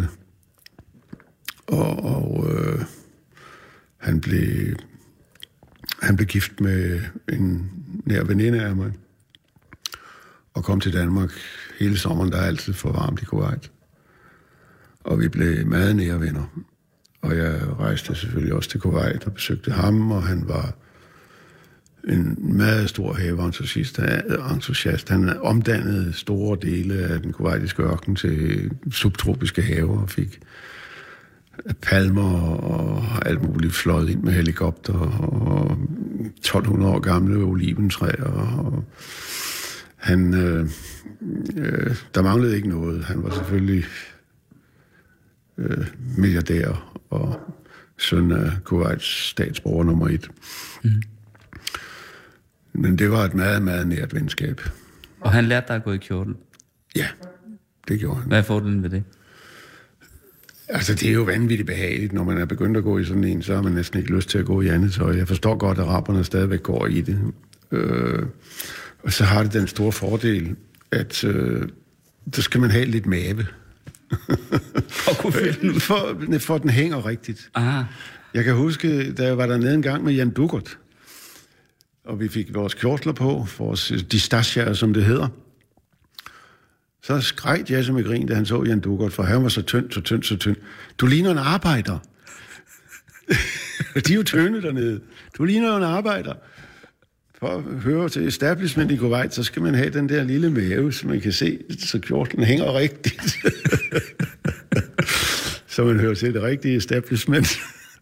Speaker 6: Og han blev gift med en nær veninde af mig. Og kom til Danmark hele sommeren, der er altid for varmt i Kuwait. Og vi blev meget nære venner. Og jeg rejste selvfølgelig også til Kuwait og besøgte ham, og han var en meget stor haveentusiast. Han omdannede store dele af den kuwaitiske ørken til subtropiske haver og fik palmer og alt muligt fløjet ind med helikopter og 1200 år gamle oliventræer. Og han, der manglede ikke noget. Han var selvfølgelig milliardær og søn af Kuwaits statsborger nummer 1. Men det var et meget, meget nært venskab.
Speaker 5: Og han lærte dig at gå i kjortel?
Speaker 6: Ja, det gjorde han.
Speaker 5: Hvad er fordelen ved det?
Speaker 6: Altså, det er jo vanvittigt behageligt. Når man er begyndt at gå i sådan en, så har man næsten ikke lyst til at gå i andet tøj. Jeg forstår godt, at araberne stadigvæk går i det. Og så har det den store fordel, at så skal man have lidt mave. For den hænger rigtigt.
Speaker 5: Aha.
Speaker 6: Jeg kan huske, da jeg var dernede en gang med Jan Duckert, og vi fik vores kjortler på, vores distachier, som det hedder. Så skreg Jesse med grin, da han så Jan Duckert, for han var så tynd. Du ligner en arbejder. De er jo tynde dernede. Du ligner jo en arbejder. For at høre til establishment i Kuwait, så skal man have den der lille mave, så man kan se, så kjortlen hænger rigtigt. Så man hører til det rigtige establishment.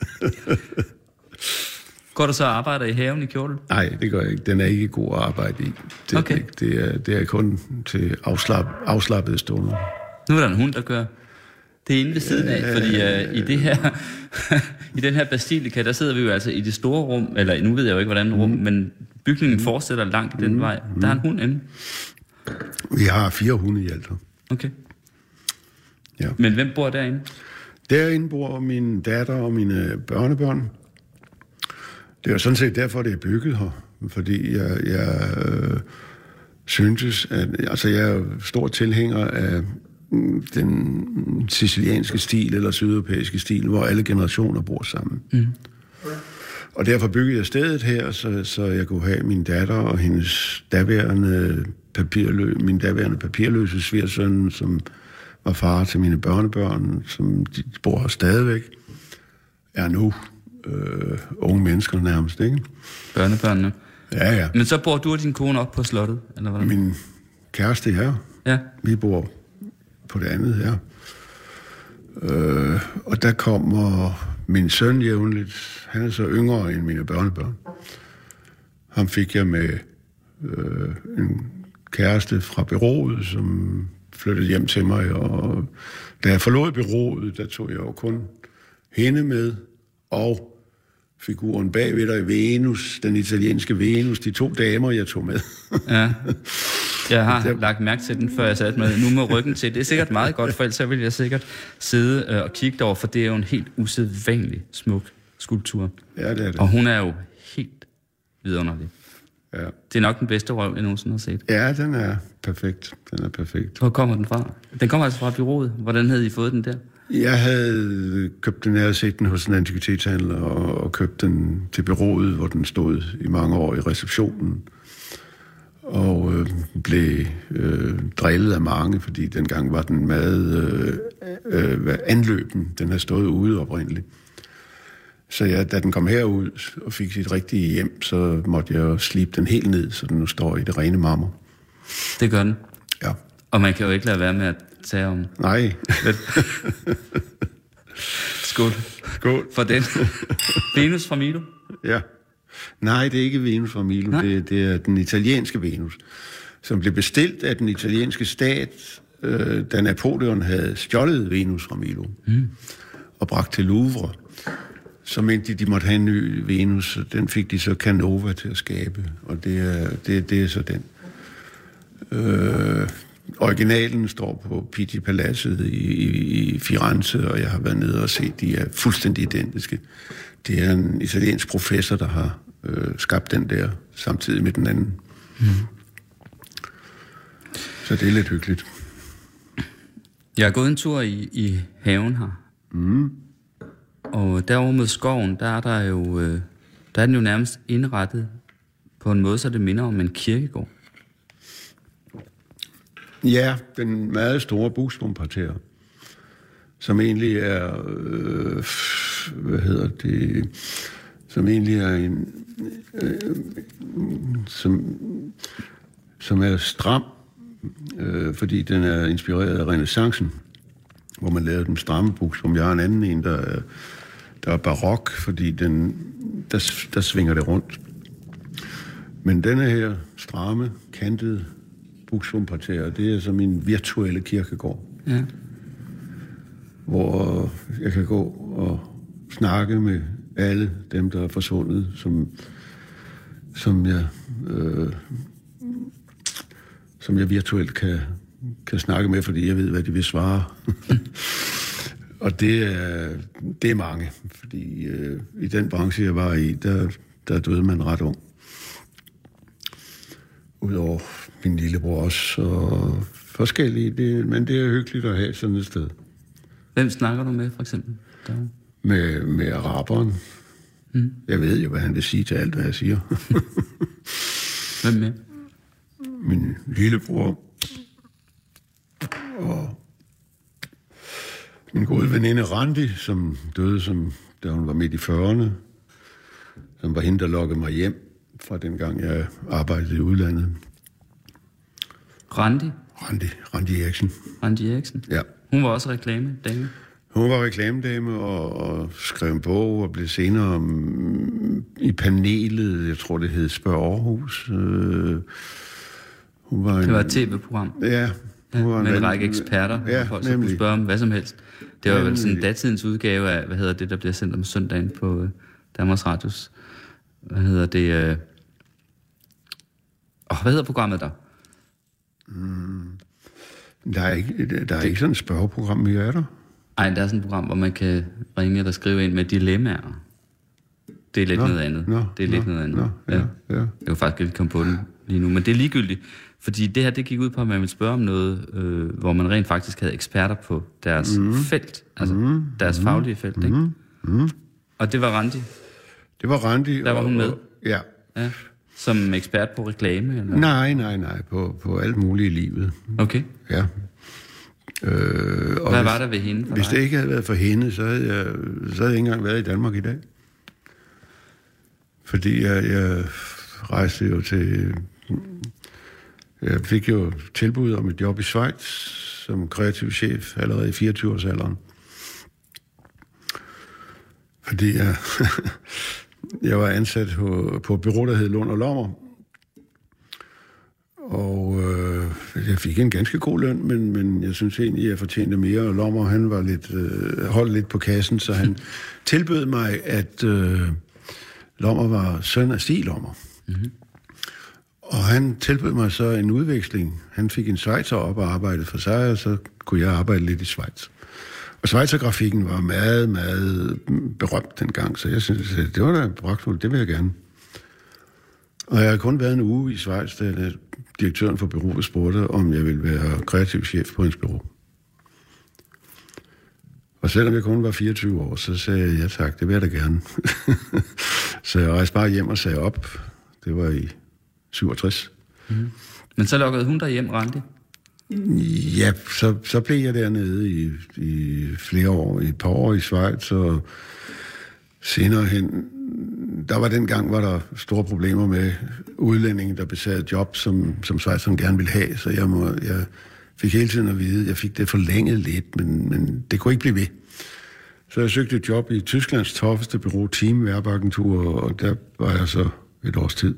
Speaker 5: Går du så og arbejder i haven i kjortel?
Speaker 6: Nej, det gør jeg ikke. Den er ikke god at arbejde i. Det er kun til afslappede stunder.
Speaker 5: Nu er der en hund, der gør. Det er inde ved siden af, fordi i den her basilika, der sidder vi jo altså i det store rum, eller nu ved jeg jo ikke, hvordan rum, men bygningen fortsætter langt den vej. Der er en hund inde.
Speaker 6: Vi har 4 hunde i alt.
Speaker 5: Okay.
Speaker 6: Ja.
Speaker 5: Men hvem bor derinde?
Speaker 6: Derinde bor min datter og mine børnebørn. Det er jo sådan set derfor, det er bygget her. Fordi jeg syntes, at altså jeg er stor tilhænger af den sicilianske stil eller sydeuropæiske stil, hvor alle generationer bor sammen. Og derfor byggede jeg stedet her, så jeg kunne have min datter og hendes daværende papirløse svigersøn, som var far til mine børnebørn, som de bor her stadigvæk, er nu unge mennesker nærmest, ikke?
Speaker 5: Børnebørnene?
Speaker 6: Ja.
Speaker 5: Men så bor du og din kone op på slottet, eller hvad?
Speaker 6: Min kæreste her.
Speaker 5: Ja.
Speaker 6: Vi bor på det andet her. Og der kommer min søn jævnligt. Han er så yngre end mine børnebørn. Ham fik jeg med en kæreste fra bureauet, som flyttede hjem til mig, og da jeg forlod bureauet, der tog jeg jo kun hende med, og figuren bagved der i Venus, den italienske Venus, de 2 damer, jeg tog med.
Speaker 5: Ja. Jeg har lagt mærke til den, før jeg satte mig nu med ryggen til. Det er sikkert meget godt, for ellers så vil jeg sikkert sidde og kigge over, for det er jo en helt usædvanlig smuk skulptur.
Speaker 6: Ja, det er det.
Speaker 5: Og hun er jo helt vidunderlig.
Speaker 6: Ja.
Speaker 5: Det er nok den bedste røv, jeg nogensinde har set.
Speaker 6: Ja, den er perfekt. Den er perfekt.
Speaker 5: Hvor kommer den fra? Den kommer altså fra bureauet. Hvordan havde I fået den der?
Speaker 6: Jeg havde købt den, jeg havde set den hos en antikvitetshandler, og købt den til bureauet, hvor den stod i mange år i receptionen. Og blev drillet af mange, fordi dengang var den meget anløben. Den havde stået ude oprindeligt. Så da den kom herud og fik sit rigtige hjem, så måtte jeg slibe den helt ned, så den nu står i det rene marmor.
Speaker 5: Det gør den.
Speaker 6: Ja.
Speaker 5: Og man kan jo ikke lade være med at tage om.
Speaker 6: Nej.
Speaker 5: Skål.
Speaker 6: Skål.
Speaker 5: For den. Venus fra Milo?
Speaker 6: Ja. Nej, det er ikke Venus fra Milo. Det er den italienske Venus, som blev bestilt af den italienske stat, da Napoleon havde stjålet Venus fra Milo og bragt til Louvre. Så mente de måtte have en ny Venus, og den fik de så Canova til at skabe, og det er så den. Originalen står på Pitti-paladset i Firenze, og jeg har været nede og set, de er fuldstændig identiske. Det er en italiensk professor, der har skabt den der, samtidig med den anden. Så det er lidt hyggeligt.
Speaker 5: Jeg har gået en tur i haven her. Og derovre mod skoven, der er den jo nærmest indrettet på en måde, så det minder om en kirkegård.
Speaker 6: Ja, den meget store Buxbomparterre, som egentlig er, som egentlig er en, som er stram, fordi den er inspireret af renæssancen, hvor man lavede den stramme Buxbom. Jeg har en anden en, der er barok, fordi der svinger det rundt. Men denne her stramme, kantede Buxbomparterre, det er som min virtuelle kirkegård.
Speaker 5: Ja.
Speaker 6: Hvor jeg kan gå og snakke med alle dem, der er forsvundet, som jeg virtuelt kan snakke med, fordi jeg ved, hvad de vil svare. Og det er mange, fordi i den branche, jeg var i, der døde man ret ung. Udover min lillebror også, og forskellige, men det er hyggeligt at have sådan et sted.
Speaker 5: Hvem snakker du med, for eksempel?
Speaker 6: Med araberen. Jeg ved jo, hvad han vil sige til alt, hvad jeg siger.
Speaker 5: Hvem med?
Speaker 6: Min lillebror. Og min gode veninde Randi, som døde, da hun var midt i 40'erne. Som var hende, der lokkede mig hjem fra dengang, jeg arbejdede i udlandet.
Speaker 5: Randi
Speaker 6: Eriksen.
Speaker 5: Randi Eriksen?
Speaker 6: Ja.
Speaker 5: Hun var også reklamedame?
Speaker 6: Hun var reklamedame og skrev en bog og blev senere i panelet, jeg tror det hed Spørg Aarhus. Hun var
Speaker 5: det var et tv-program?
Speaker 6: Ja.
Speaker 5: Med en række eksperter,
Speaker 6: ja,
Speaker 5: folk som kunne spørge om hvad som helst. Det var vel sådan datidens udgave af, der bliver sendt om søndagen på Danmarks Radios. Hvad hedder programmet der?
Speaker 6: Der er ikke sådan et spørgeprogram mere, er der?
Speaker 5: Nej, der er sådan et program, hvor man kan ringe eller skrive ind med dilemmaer. Det er lidt noget andet. Ja. Jeg kan faktisk ikke komme på den lige nu, men det er ligegyldigt. Fordi det her, det gik ud på, at man ville spørge om noget, hvor man rent faktisk havde eksperter på deres felt. Altså deres faglige felt, ikke? Og det var Randi?
Speaker 6: Det var Randi.
Speaker 5: Der var hun med?
Speaker 6: Ja.
Speaker 5: Som ekspert på reklame? Eller?
Speaker 6: Nej. På alt muligt i livet.
Speaker 5: Okay.
Speaker 6: Ja.
Speaker 5: Hvad var der ved hende for
Speaker 6: Hvis
Speaker 5: dig?
Speaker 6: det ikke havde været for hende, så havde jeg ikke engang været i Danmark i dag. Fordi jeg rejste jo til... Jeg fik jo tilbud om et job i Schweiz som kreativ chef allerede i 24-årsalderen. Fordi jeg var ansat på et bureau, der hed Lund og Lommer. Og Jeg fik en ganske god løn, men jeg synes egentlig, jeg fortjente mere. Og Lommer, han var lidt, holdt lidt på kassen, så han tilbød mig, at Lommer var søn af Stig Lommer. Mm-hmm. Og han tilbød mig så en udveksling. Han fik en schweizer op og arbejdede for sig, og så kunne jeg arbejde lidt i Schweiz. Og schweizergrafikken var meget, meget berømt dengang, så jeg synes, det var da pragtfuldt, det vil jeg gerne. Og jeg har kun været en uge i Schweiz, da direktøren for bureauet spurgte, om jeg ville være kreativ chef på hans bureau. Og selvom jeg kun var 24 år, så sagde jeg, ja tak, det vil jeg da gerne. Så jeg rejste bare hjem og sagde op. Det var i 67.
Speaker 5: Mm. Men så lukkede hun dig hjem, Randi?
Speaker 6: Ja, så blev jeg dernede i flere år, i et par år i Schweiz, og senere hen, var der store problemer med udlændinge, der besatte job, som Schweizerne gerne ville have, så jeg fik hele tiden at vide, jeg fik det forlænget lidt, men det kunne ikke blive ved. Så jeg søgte et job i Tysklands toppeste bureau, Team Werbeagentur, og der var jeg så et års tid.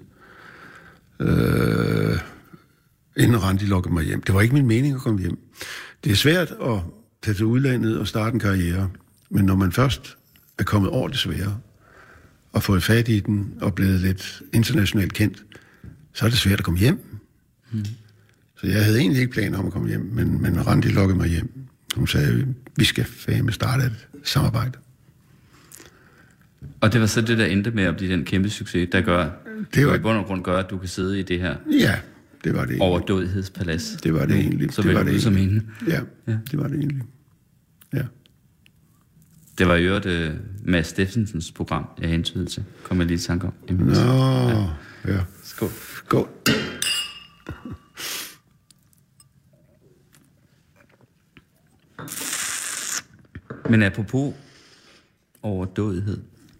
Speaker 6: Inden Randi lukkede mig hjem. Det var ikke min mening at komme hjem. Det er svært at tage til udlandet og starte en karriere, men når man først er kommet over det svære, og fået fat i den, og blevet lidt internationalt kendt, så er det svært at komme hjem. Mm. Så jeg havde egentlig ikke planer om at komme hjem, men Randi lukkede mig hjem. Hun sagde, vi skal fandme starte et samarbejde.
Speaker 5: Og det var så det, der endte med at blive den kæmpe succes, der gør, det var i bund og grund gør, at du kan sidde i det her
Speaker 6: det var det
Speaker 5: overdådighedspalads.
Speaker 6: Det var det egentlig.
Speaker 5: Så vel du som hende.
Speaker 6: Ja, det var det egentlig. Ja.
Speaker 5: Det var i øvrigt Mads Steffensens program, jeg hentydede til. Kom jeg lige i tanke om.
Speaker 6: Ja.
Speaker 5: Skål.
Speaker 6: Skål.
Speaker 5: Men apropos overdådighed.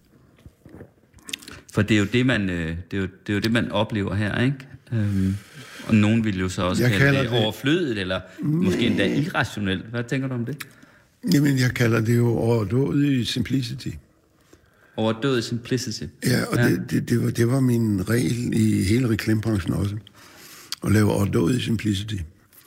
Speaker 5: For det er jo det, man oplever her, ikke? Og nogen vil jo så også kalde det overflødigt, eller måske endda irrationelt. Hvad tænker du om det?
Speaker 6: Jamen, jeg kalder det jo overdådig simplicity.
Speaker 5: Overdådig simplicity?
Speaker 6: Ja, og det var min regel i hele reklamebranchen også. At lave overdådig simplicity.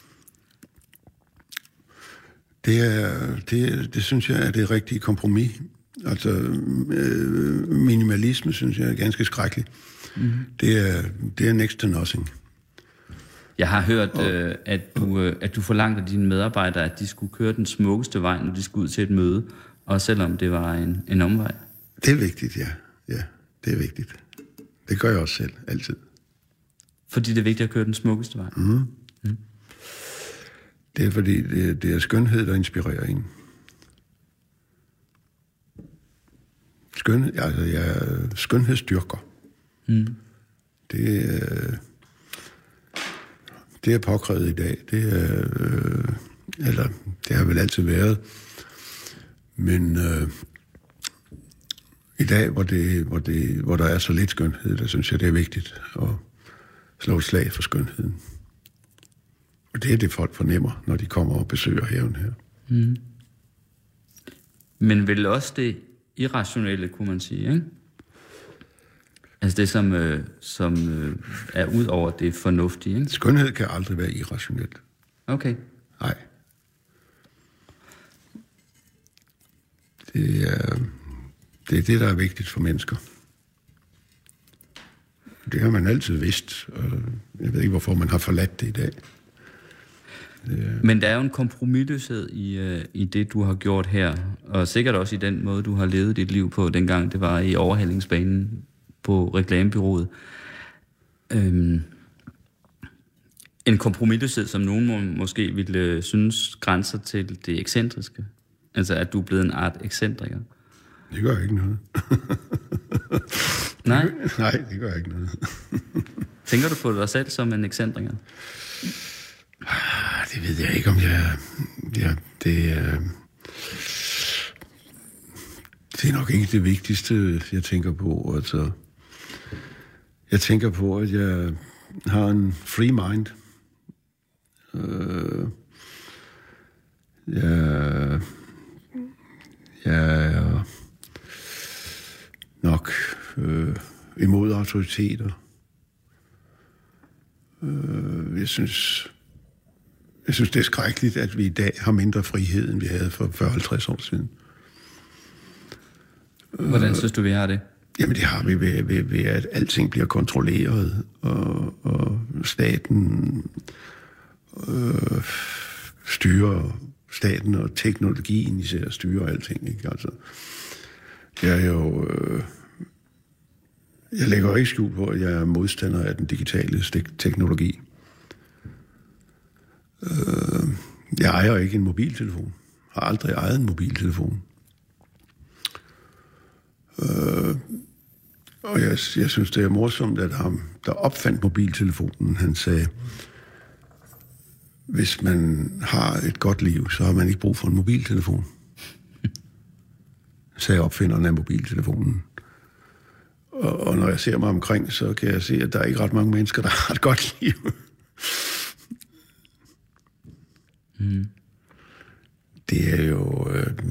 Speaker 6: Det synes jeg er det rigtige kompromis. Altså, minimalisme synes jeg er ganske skrækkeligt. Mm-hmm. Det er next to nothing.
Speaker 5: Jeg har hørt, at du forlangte af dine medarbejdere, at de skulle køre den smukkeste vej, når de skulle ud til et møde, og selvom det var en omvej.
Speaker 6: Det er vigtigt, ja. Ja, det er vigtigt. Det gør jeg også selv, altid.
Speaker 5: Fordi det er vigtigt at køre den smukkeste vej?
Speaker 6: Mm. Mm. Det er fordi, det er skønhed, der inspirerer en. Jeg er skønhedsdyrker. Mm. Det er påkrævet i dag. Det har vel altid været. Men i dag, hvor der er så lidt skønhed, der synes jeg, det er vigtigt at slå et slag for skønheden. Og det er det, folk fornemmer, når de kommer og besøger haven her. Mm.
Speaker 5: Men vel også det irrationelle, kunne man sige, ikke? Altså det, som er ud over det fornuftige, ikke?
Speaker 6: Skønhed kan aldrig være irrationelt.
Speaker 5: Okay.
Speaker 6: Nej. Det er det, der er vigtigt for mennesker. Det har man altid vidst, og jeg ved ikke, hvorfor man har forladt det i dag.
Speaker 5: Men der er jo en kompromisløshed i det, du har gjort her, og sikkert også i den måde, du har levet dit liv på, dengang det var i overhalingsbanen på reklamebureauet. En kompromisløshed, som nogen måske ville synes grænser til det ekscentriske. Altså, at du er blevet en art ekscentriker.
Speaker 6: Det gør ikke noget.
Speaker 5: Nej?
Speaker 6: Nej, det gør ikke noget.
Speaker 5: Tænker du på dig selv som en ekscentriker?
Speaker 6: Det ved jeg ikke, om jeg... Det er nok ikke det vigtigste, jeg tænker på. Altså, jeg tænker på, at jeg har en free mind. Jeg er nok imod autoriteter. Jeg synes, Jeg synes, det er skrækkeligt, at vi i dag har mindre frihed, end vi havde for 40-50 år siden.
Speaker 5: Hvordan synes du, vi har det?
Speaker 6: Jamen, det har vi ved at alting bliver kontrolleret, og staten styrer staten, og teknologien især styrer alting, ikke? Altså, jeg er jo... Jeg lægger ikke skjul på, at jeg er modstander af den digitale teknologi. Jeg ejer ikke en mobiltelefon. Har aldrig ejet en mobiltelefon. Og jeg synes, det er morsomt, at ham, der opfandt mobiltelefonen, han sagde, hvis man har et godt liv, så har man ikke brug for en mobiltelefon. Sagde opfinderen af mobiltelefonen. Og når jeg ser mig omkring, så kan jeg se, at der er ikke ret mange mennesker, der har et godt liv. Det er jo...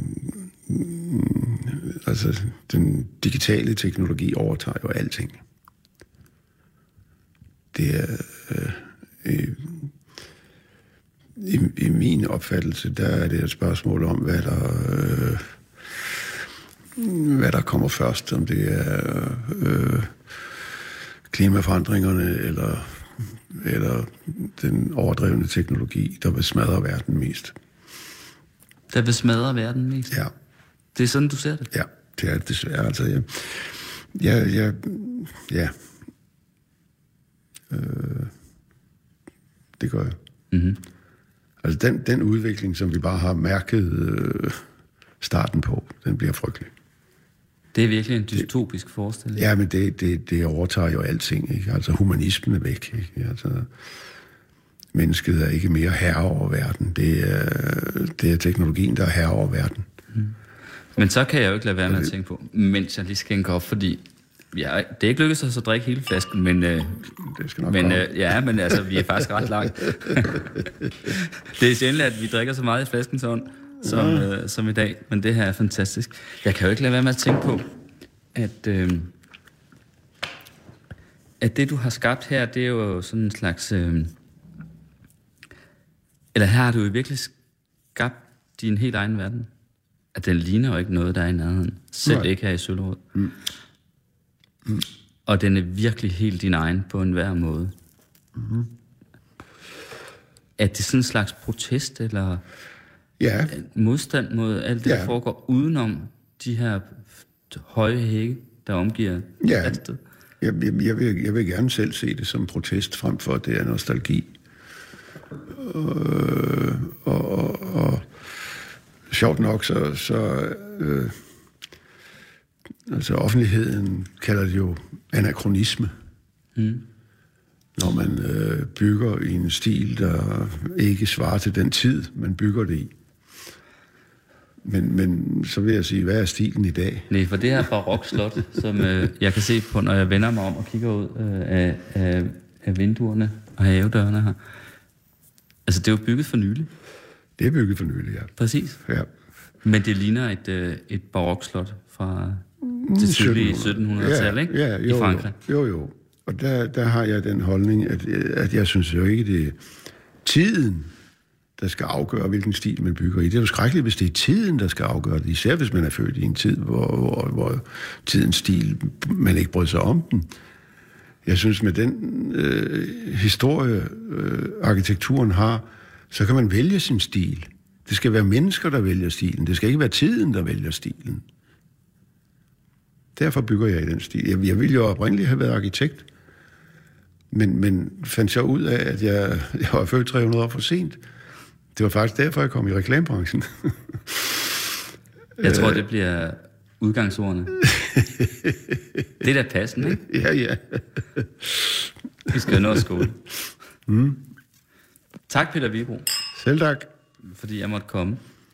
Speaker 6: altså, den digitale teknologi overtager jo alting. Det er... I min opfattelse, der er det et spørgsmål om, hvad der kommer først, om det er klimaforandringerne eller den overdrevne teknologi, der vil smadre verden mest.
Speaker 5: Der vil smadre verden mest?
Speaker 6: Ja.
Speaker 5: Det er sådan, du ser det?
Speaker 6: Ja, det er desværre. Altså, ja. Det gør jeg.
Speaker 5: Mm-hmm.
Speaker 6: Altså den udvikling, som vi bare har mærket starten på, den bliver frygtelig.
Speaker 5: Det er virkelig en dystopisk forestilling.
Speaker 6: Ja, men det overtager jo alting, ikke? Altså humanismen er væk, ikke? Altså, mennesket er ikke mere herre over verden. Det er teknologien, der er herre over verden.
Speaker 5: Men så kan jeg jo ikke lade være med at tænke på, mens jeg lige skænker op, fordi det er ikke lykkedes os at drikke hele flasken, men
Speaker 6: det skal nok komme.
Speaker 5: Men altså, vi er faktisk ret langt. Det er sjældent, at vi drikker så meget i flaskens ånd, som i dag, men det her er fantastisk. Jeg kan jo ikke lade være med at tænke på, at det, du har skabt her, det er jo sådan en slags... eller her har du jo virkelig skabt din helt egen verden. At den ligner jo ikke noget, der er i nærheden. Selv ikke her i Søllerød. Og den er virkelig helt din egen på enhver måde. Er det sådan en slags protest, eller modstand mod alt det, der foregår udenom de her høje hække, der omgiver sted?
Speaker 6: Jeg vil gerne selv se det som protest, frem for at det er nostalgi. Og sjovt nok, altså offentligheden kalder det jo anakronisme. Når man bygger i en stil, der ikke svarer til den tid, man bygger det i. Men så vil jeg sige, hvad er stilen i dag?
Speaker 5: Nej, for det her barokslot, som jeg kan se på, når jeg vender mig om og kigger ud af vinduerne og havedørene her. Altså, det er jo bygget for nylig.
Speaker 6: Det er bygget for nylig, ja.
Speaker 5: Præcis.
Speaker 6: Ja.
Speaker 5: Men det ligner et barokslot fra det tidlige 1700-tal, ikke?
Speaker 6: Ja,
Speaker 5: i Frankrig.
Speaker 6: Jo. Og der har jeg den holdning, at jeg synes jo ikke, det er tiden, der skal afgøre, hvilken stil man bygger i. Det er jo skrækkeligt, hvis det er tiden, der skal afgøre det. Især hvis man er født i en tid, hvor tidens stil, man ikke bryder sig om den. Jeg synes, med den historie, arkitekturen har, så kan man vælge sin stil. Det skal være mennesker, der vælger stilen. Det skal ikke være tiden, der vælger stilen. Derfor bygger jeg i den stil. Jeg ville jo oprindeligt have været arkitekt, men fandt så ud af, at jeg var født 300 år for sent. Det var faktisk derfor, jeg kom i reklamebranchen.
Speaker 5: Jeg tror, det bliver udgangsordene. Det er da passende, ikke?
Speaker 6: Ja.
Speaker 5: Vi skal jo nå at skole. Tak, Peter Vibro.
Speaker 6: Selv tak.
Speaker 5: Fordi jeg måtte komme.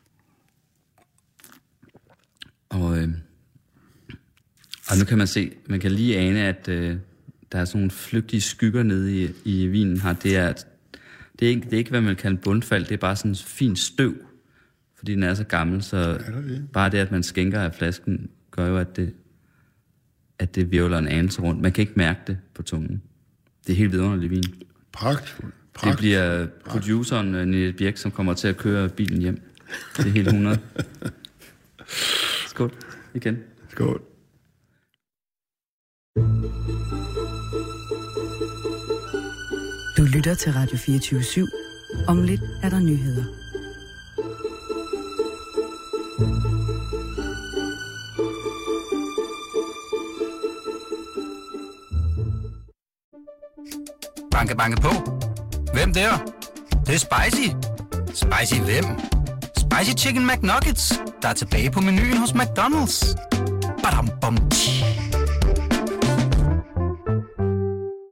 Speaker 5: Og nu kan man se, man kan lige ane, at der er sådan nogle flygtige skygger nede i vinen her. Det er ikke, hvad man kalder bundfald, det er bare sådan en fin støv, fordi den er så gammel, så bare det, at man skænker af flasken, gør jo, at det virvler en anelse rundt. Man kan ikke mærke det på tungen. Det er helt vidunderlig vin.
Speaker 6: Pragtfuldt.
Speaker 5: Det bliver produceren, Nille Birk, som kommer til at køre bilen hjem. Det er helt 100. Skål. Igen.
Speaker 6: Skål.
Speaker 2: Du lytter til Radio 24/7. Om lidt er der nyheder.
Speaker 1: Banke, banke på. Hvem der? Det er spicy. Spicy hvem? Spicy Chicken McNuggets, der er tilbage på menuen hos McDonald's. Badum, bom, tji.